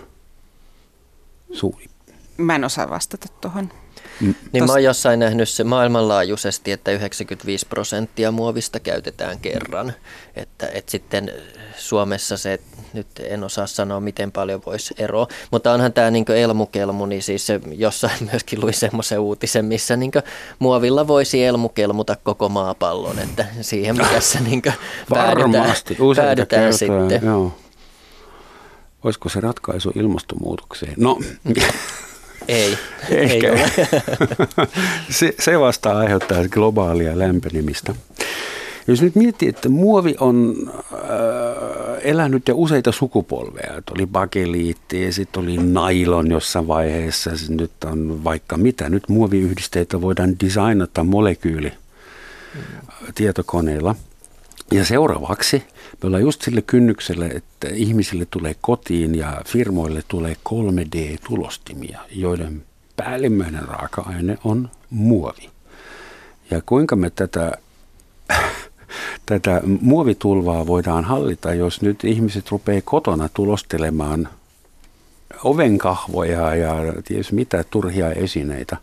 Mä en osaa vastata tuohon. Niin mä oon jossain nähnyt se maailmanlaajuisesti, että 95% muovista käytetään kerran. Että sitten Suomessa se, nyt en osaa sanoa miten paljon voisi eroa, mutta onhan tämä niin elmukelmu, niin siis se jossain myöskin luin semmoisen uutisen, missä niin muovilla voisi elmukelmuta koko maapallon, että siihen tässä niin päädytään sitten. Joo. Olisiko se ratkaisu ilmastonmuutokseen? No. Ei Ehkä. ole. Se vasta aiheuttaa globaalia lämpenemistä. Jos nyt miettii, että muovi on elänyt jo useita sukupolveja, että oli bakeliitti ja sitten oli nailon jossain vaiheessa, nyt on vaikka mitä. Nyt muoviyhdisteitä voidaan designata tietokoneella. Ja seuraavaksi me ollaan just sille kynnykselle, että ihmisille tulee kotiin ja firmoille tulee 3D-tulostimia, joiden päällimmäinen raaka-aine on muovi. Ja kuinka me tätä muovitulvaa voidaan hallita, jos nyt ihmiset rupeaa kotona tulostelemaan ovenkahvoja ja tietysti mitä turhia esineitä.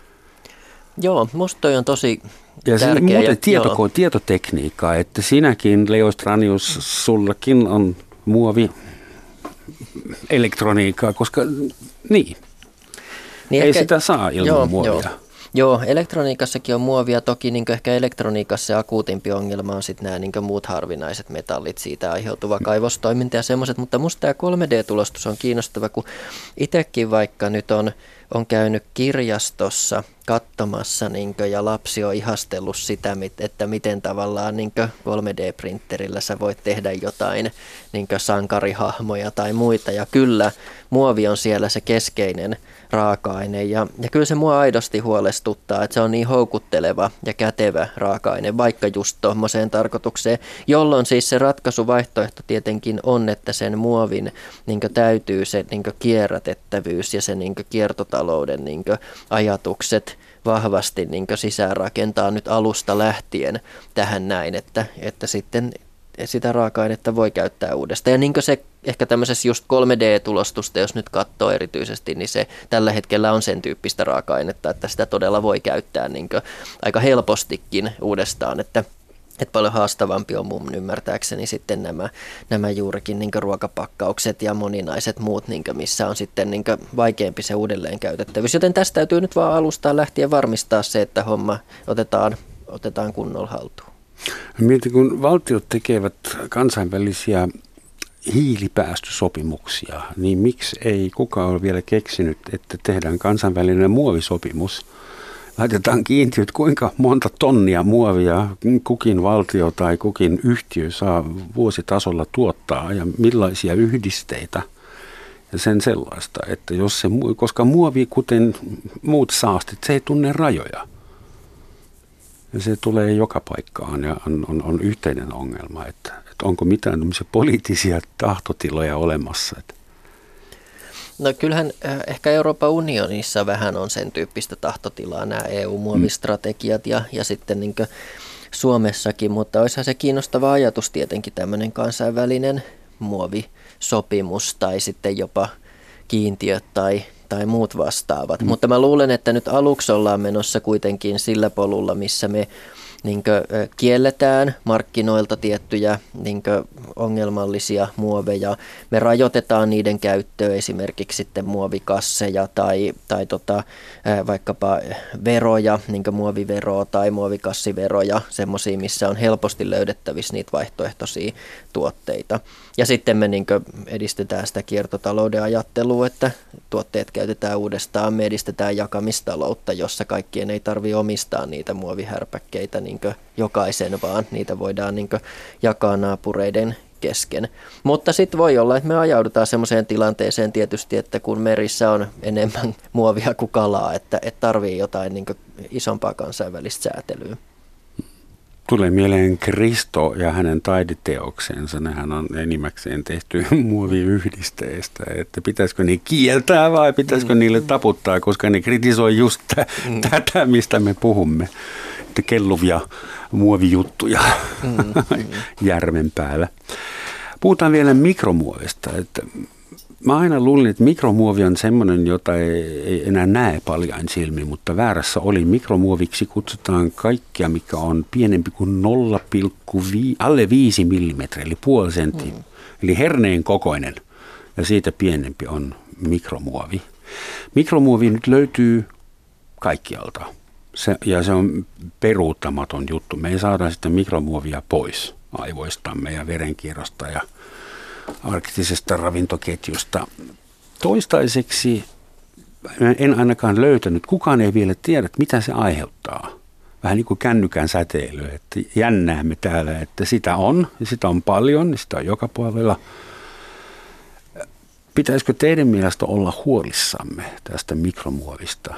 Joo, musta toi on tosi ja tärkeä. Muuten tietotekniikkaa, että sinäkin, Leo Stranius, sullakin on muovi elektroniikkaa, koska niin ei ehkä sitä saa ilman muovia. Joo, elektroniikassakin on muovia. Toki niin ehkä elektroniikassa se akuutimpi ongelma on sitten nämä niin muut harvinaiset metallit, siitä aiheutuva kaivostoiminta ja semmoiset. Mutta musta tämä 3D-tulostus on kiinnostava, kun itsekin vaikka nyt on käynyt kirjastossa katsomassa ja lapsi on ihastellut sitä, että miten tavallaan 3D-printerillä sä voit tehdä jotain sankarihahmoja tai muita. Ja kyllä muovi on siellä se keskeinen raaka-aine ja kyllä se mua aidosti huolestuttaa, että se on niin houkutteleva ja kätevä raaka-aine vaikka just tuommoiseen tarkoitukseen, jolloin siis se ratkaisuvaihtoehto tietenkin on, että sen muovin täytyy se kierrätettävyys ja se kiertotalouden ajatukset vahvasti sisäänrakentaa nyt alusta lähtien tähän näin, että sitten sitä raaka-ainetta voi käyttää uudestaan. Ja se ehkä tämmöisessä just 3D-tulostusta, jos nyt katsoo erityisesti, niin se tällä hetkellä on sen tyyppistä raaka-ainetta, että sitä todella voi käyttää aika helpostikin uudestaan, että paljon haastavampi on mun ymmärtääkseni sitten nämä juurikin ruokapakkaukset ja moninaiset muut, missä on sitten vaikeampi se uudelleenkäytettävyys. Joten tästä täytyy nyt vaan alustaan lähtien varmistaa se, että homma otetaan kunnolla haltuun. Mietin, kun valtiot tekevät kansainvälisiä hiilipäästösopimuksia, niin miksi ei kukaan ole vielä keksinyt, että tehdään kansainvälinen muovisopimus? Laitetaan kiintiöt, kuinka monta tonnia muovia kukin valtio tai kukin yhtiö saa vuositasolla tuottaa ja millaisia yhdisteitä ja sen sellaista, että koska muovi, kuten muut saastit, se ei tunne rajoja. Ja se tulee joka paikkaan ja on yhteinen ongelma, että onko mitään poliittisia tahtotiloja olemassa. No kyllähän ehkä Euroopan unionissa vähän on sen tyyppistä tahtotilaa, nämä EU-muovistrategiat ja sitten Suomessakin, mutta olisihan se kiinnostava ajatus tietenkin tämmöinen kansainvälinen muovisopimus tai sitten jopa kiintiöt tai muut vastaavat. Mutta mä luulen, että nyt aluksi ollaan menossa kuitenkin sillä polulla, missä me kielletään markkinoilta tiettyjä ongelmallisia muoveja. Me rajoitetaan niiden käyttöä, esimerkiksi sitten muovikasseja tai vaikkapa veroja, muoviveroa tai muovikassiveroja, semmoisia, missä on helposti löydettävissä niitä vaihtoehtoisia tuotteita. Ja sitten me edistetään sitä kiertotalouden ajattelua, että tuotteet käytetään uudestaan, me edistetään jakamistaloutta, jossa kaikkien ei tarvitse omistaa niitä muovihärpäkkeitä jokaisen, vaan niitä voidaan jakaa naapureiden kesken. Mutta sitten voi olla, että me ajaudutaan semmoiseen tilanteeseen tietysti, että kun merissä on enemmän muovia kuin kalaa, että tarvii jotain isompaa kansainvälistä säätelyä. Tulee mieleen Kristo ja hänen taideteoksensa. Nehän on enimmäkseen tehty muoviyhdisteistä, että pitäisikö ne kieltää vai pitäisikö niille taputtaa, koska ne kritisoi just tätä, mistä me puhumme. Että kelluvia muovijuttuja järven päällä. Puhutaan vielä mikromuovista. Että mä aina luulin, että mikromuovi on semmoinen, jota ei enää näe paljain silmin, mutta väärässä oli. Mikromuoviksi kutsutaan kaikkea, mikä on pienempi kuin alle 5 millimetriä, eli puoli senttiä. Eli herneen kokoinen ja siitä pienempi on mikromuovi. Mikromuovi nyt löytyy kaikkialta ja se on peruuttamaton juttu. Me ei saada sitä mikromuovia pois aivoistamme ja verenkierrosta ja arktisesta ravintoketjusta. Toistaiseksi en ainakaan löytänyt, kukaan ei vielä tiedä, mitä se aiheuttaa. Vähän niin kuin kännykän säteily, että jännäämme täällä, että sitä on, ja sitä on paljon, ja sitä on joka puolella. Pitäisikö teidän mielestä olla huolissamme tästä mikromuovista?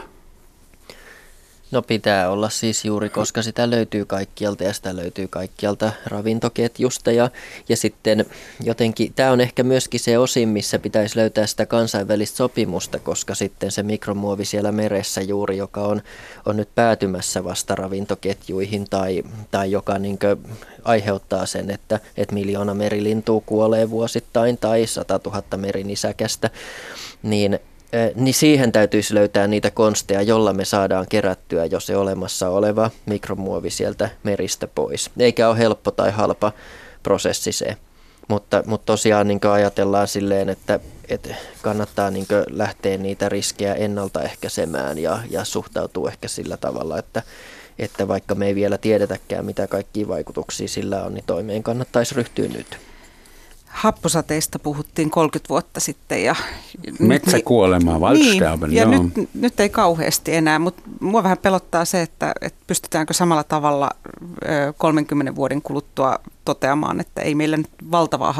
No pitää olla siis juuri, koska sitä löytyy kaikkialta ja sitä löytyy kaikkialta ravintoketjusta ja sitten jotenkin tämä on ehkä myöskin se osin, missä pitäisi löytää sitä kansainvälistä sopimusta, koska sitten se mikromuovi siellä meressä juuri, joka on nyt päätymässä vasta ravintoketjuihin tai joka niinkö aiheuttaa sen, että 1 miljoona merilintua kuolee vuosittain tai 100 000 merinisäkästä, niin siihen täytyisi löytää niitä konsteja, jolla me saadaan kerättyä jo se olemassa oleva mikromuovi sieltä meristä pois. Eikä ole helppo tai halpa prosessi se, mutta tosiaan niin ajatellaan silleen, että kannattaa niin lähteä niitä riskejä ennaltaehkäisemään ja suhtautuu ehkä sillä tavalla, että vaikka me ei vielä tiedetäkään, mitä kaikkia vaikutuksia sillä on, niin toimeen kannattaisi ryhtyä nyt. Happosateista puhuttiin 30 vuotta sitten. Ja metsäkuolemaa, Waldsterben. Ja nyt ei kauheasti enää, mutta mua vähän pelottaa se, että pystytäänkö samalla tavalla 30 vuoden kuluttua toteamaan, että ei meillä nyt valtavaa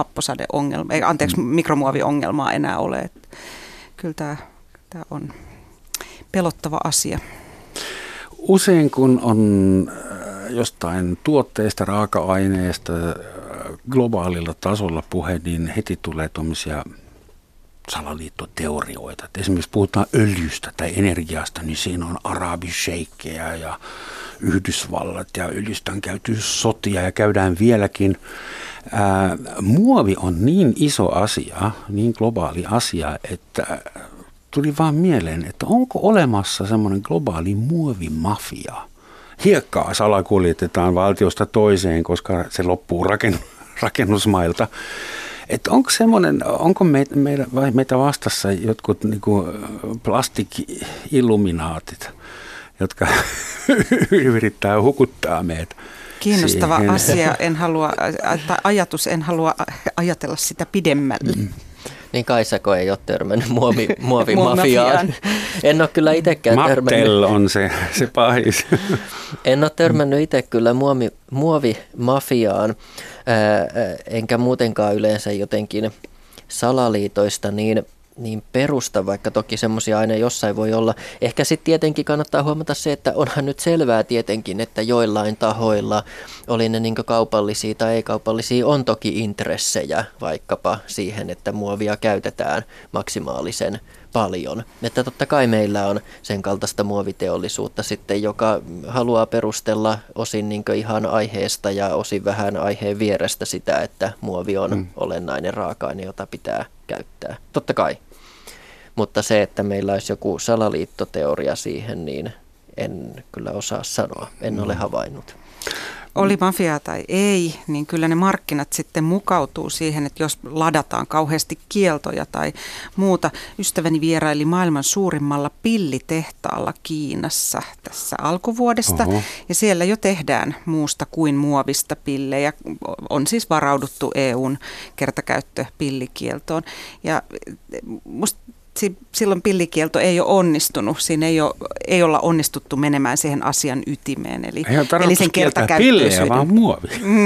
mikromuoviongelmaa enää ole. Että kyllä tämä on pelottava asia. Usein kun on jostain tuotteista, raaka-aineesta, globaalilla tasolla puhe, niin heti tulee tuommoisia salaliittoteorioita. Että esimerkiksi puhutaan öljystä tai energiasta, niin siinä on arabisheikkejä ja Yhdysvallat ja öljystä on käyty sotia ja käydään vieläkin. Muovi on niin iso asia, niin globaali asia, että tuli vaan mieleen, että onko olemassa semmoinen globaali muovimafia. Hiekkaa salakuljetetaan valtiosta toiseen, koska se loppuu rakennusmailta. Että onko meitä vastassa jotkut niinku plastik-illuminaatit, jotka yrittää hukuttaa meitä? Kiinnostava siihen asia, en halua ajatella sitä pidemmälle. Niin Kaisako ei ole törmännyt muovimafiaan. En ole kyllä itsekään törmännyt. Mattel on se pahis. En ole törmännyt itse kyllä muovimafiaan, enkä muutenkaan yleensä jotenkin salaliitoista niin perusta, vaikka toki semmoisia aina jossain voi olla. Ehkä sitten tietenkin kannattaa huomata se, että onhan nyt selvää tietenkin, että joillain tahoilla, oli ne niin kaupallisia tai ei-kaupallisia, on toki intressejä vaikkapa siihen, että muovia käytetään maksimaalisen paljon. Että totta kai meillä on sen kaltaista muoviteollisuutta sitten, joka haluaa perustella osin niin ihan aiheesta ja osin vähän aiheen vierestä sitä, että muovi on olennainen raaka-aine, jota pitää käyttää. Totta kai. Mutta se, että meillä olisi joku salaliittoteoria siihen, niin en kyllä osaa sanoa. En ole havainnut. Oli mafiaa tai ei, niin kyllä ne markkinat sitten mukautuu siihen, että jos ladataan kauheasti kieltoja tai muuta. Ystäväni vieraili maailman suurimmalla pillitehtaalla Kiinassa tässä alkuvuodesta. Oho. Ja siellä jo tehdään muusta kuin muovista pillejä. On siis varauduttu EUn kertakäyttöpillikieltoon. Ja musta silloin pillikielto ei ole onnistunut. Siinä ei olla onnistuttu menemään siihen asian ytimeen. Eli sen kertakäyttöisyyden. Pillejä, vaan muovi.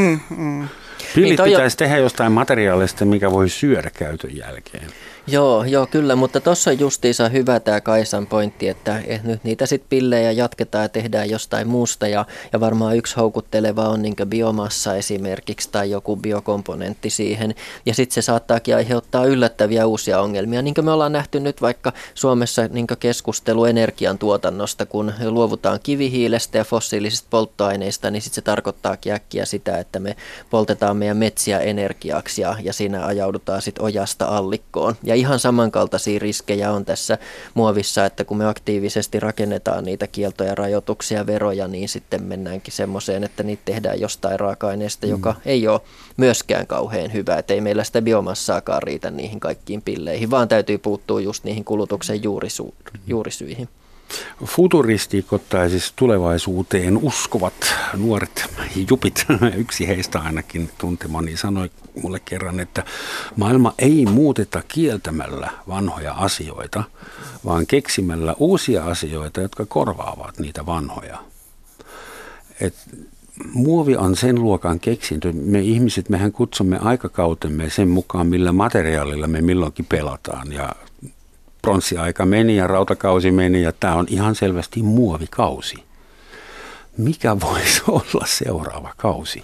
Pillit pitäisi tehdä jostain materiaalista, mikä voi syödä käytön jälkeen. Joo, kyllä, mutta tuossa on justiinsa hyvä tämä Kaisan pointti, että nyt niitä sitten pillejä jatketaan ja tehdään jostain muusta ja varmaan yksi houkutteleva on niin biomassa esimerkiksi tai joku biokomponentti siihen ja sitten se saattaakin aiheuttaa yllättäviä uusia ongelmia, niin kuin me ollaan nähty nyt vaikka Suomessa niin keskustelu energiantuotannosta, kun luovutaan kivihiilestä ja fossiilisista polttoaineista, niin sitten se tarkoittaakin äkkiä sitä, että me poltetaan meidän metsiä energiaksi ja siinä ajaudutaan sitten ojasta allikkoon. Ja ihan samankaltaisia riskejä on tässä muovissa, että kun me aktiivisesti rakennetaan niitä kieltoja, rajoituksia, veroja, niin sitten mennäänkin semmoiseen, että niitä tehdään jostain raaka-aineesta, joka ei ole myöskään kauhean hyvä. Että ei meillä sitä biomassaakaan riitä niihin kaikkiin pilleihin, vaan täytyy puuttua just niihin kulutuksen juurisyihin. Futuristikot tai siis tulevaisuuteen uskovat nuoret jupit, yksi heistä ainakin tuntemani sanoi mulle kerran, että maailma ei muuteta kieltämällä vanhoja asioita, vaan keksimällä uusia asioita, jotka korvaavat niitä vanhoja. Et muovi on sen luokan keksintö. Me ihmiset, mehän kutsumme aikakautemme sen mukaan, millä materiaalilla me milloinkin pelataan. Ja pronssiaika meni ja rautakausi meni ja tämä on ihan selvästi muovikausi. Mikä voisi olla seuraava kausi?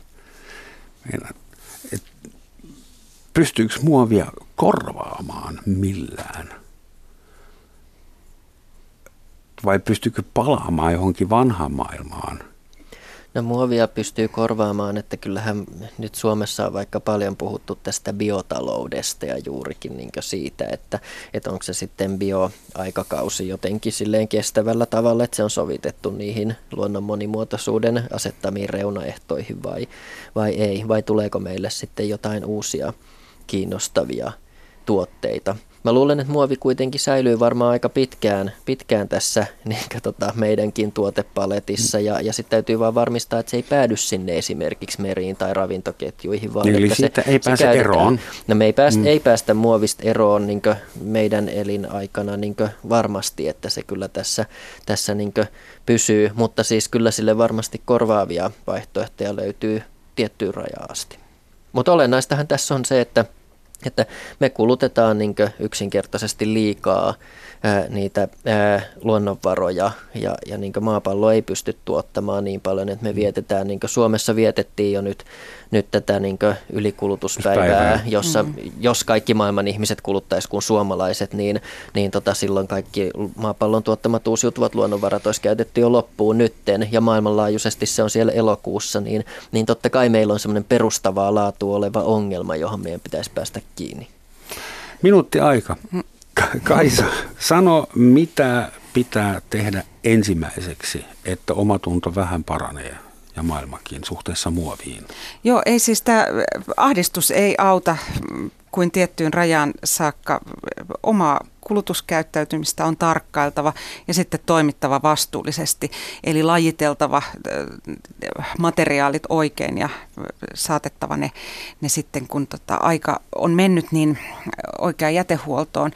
Pystyykö muovia korvaamaan millään? Vai pystyykö palaamaan johonkin vanhaan maailmaan? No muovia pystyy korvaamaan, että kyllähän nyt Suomessa on vaikka paljon puhuttu tästä biotaloudesta ja juurikin niin siitä, että onko se sitten bioaikakausi jotenkin silleen kestävällä tavalla, että se on sovitettu niihin luonnon monimuotoisuuden asettamiin reunaehtoihin vai ei, vai tuleeko meille sitten jotain uusia kiinnostavia tuotteita. Mä luulen, että muovi kuitenkin säilyy varmaan aika pitkään tässä meidänkin tuotepaletissa ja sitten täytyy vaan varmistaa, että se ei päädy sinne esimerkiksi meriin tai ravintoketjuihin. Vaan eli siitä ei pääse eroon. No me ei päästä muovista eroon meidän elinaikana varmasti, että se kyllä tässä pysyy, mutta siis kyllä sille varmasti korvaavia vaihtoehtoja löytyy tiettyyn rajaan asti. Mutta olennaistahan tässä on se, että me kulutetaan yksinkertaisesti liikaa niitä luonnonvaroja ja maapallo ei pysty tuottamaan niin paljon, että me vietetään, Suomessa vietettiin jo nyt tätä ylikulutuspäivää, jossa jos kaikki maailman ihmiset kuluttaisi kuin suomalaiset, niin silloin kaikki maapallon tuottamat uusiutuvat luonnonvarat olisi käytetty jo loppuun nytten ja maailmanlaajuisesti se on siellä elokuussa, niin totta kai meillä on semmoinen perustavaa laatua oleva ongelma, johon meidän pitäisi päästä kiinni. Minuutti aika. Kaisa, sano mitä pitää tehdä ensimmäiseksi, että omatunto vähän paranee ja maailmakin suhteessa muoviin? Joo, ei siis tämä ahdistus ei auta kuin tiettyyn rajaan saakka. Omaa kulutuskäyttäytymistä on tarkkailtava ja sitten toimittava vastuullisesti, eli lajiteltava materiaalit oikein ja saatettava ne sitten, kun aika on mennyt, niin oikeaan jätehuoltoon.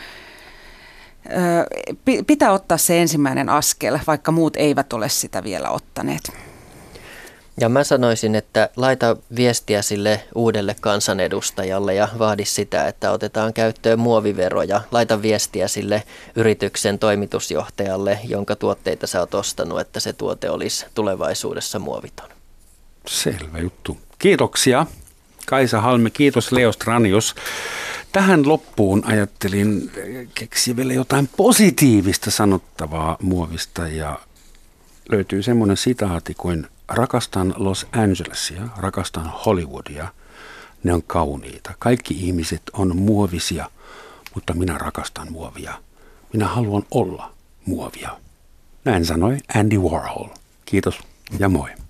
Pitää ottaa se ensimmäinen askel, vaikka muut eivät ole sitä vielä ottaneet. Ja mä sanoisin, että laita viestiä sille uudelle kansanedustajalle ja vaadi sitä, että otetaan käyttöön muoviveroja. Laita viestiä sille yrityksen toimitusjohtajalle, jonka tuotteita sä oot ostanut, että se tuote olisi tulevaisuudessa muoviton. Selvä juttu. Kiitoksia Kaisa Halme, kiitos Leo Stranius. Tähän loppuun ajattelin keksiä vielä jotain positiivista sanottavaa muovista ja löytyy semmoinen sitaati kuin rakastan Los Angelesia, rakastan Hollywoodia, ne on kauniita. Kaikki ihmiset on muovisia, mutta minä rakastan muovia. Minä haluan olla muovia. Näin sanoi Andy Warhol. Kiitos ja moi.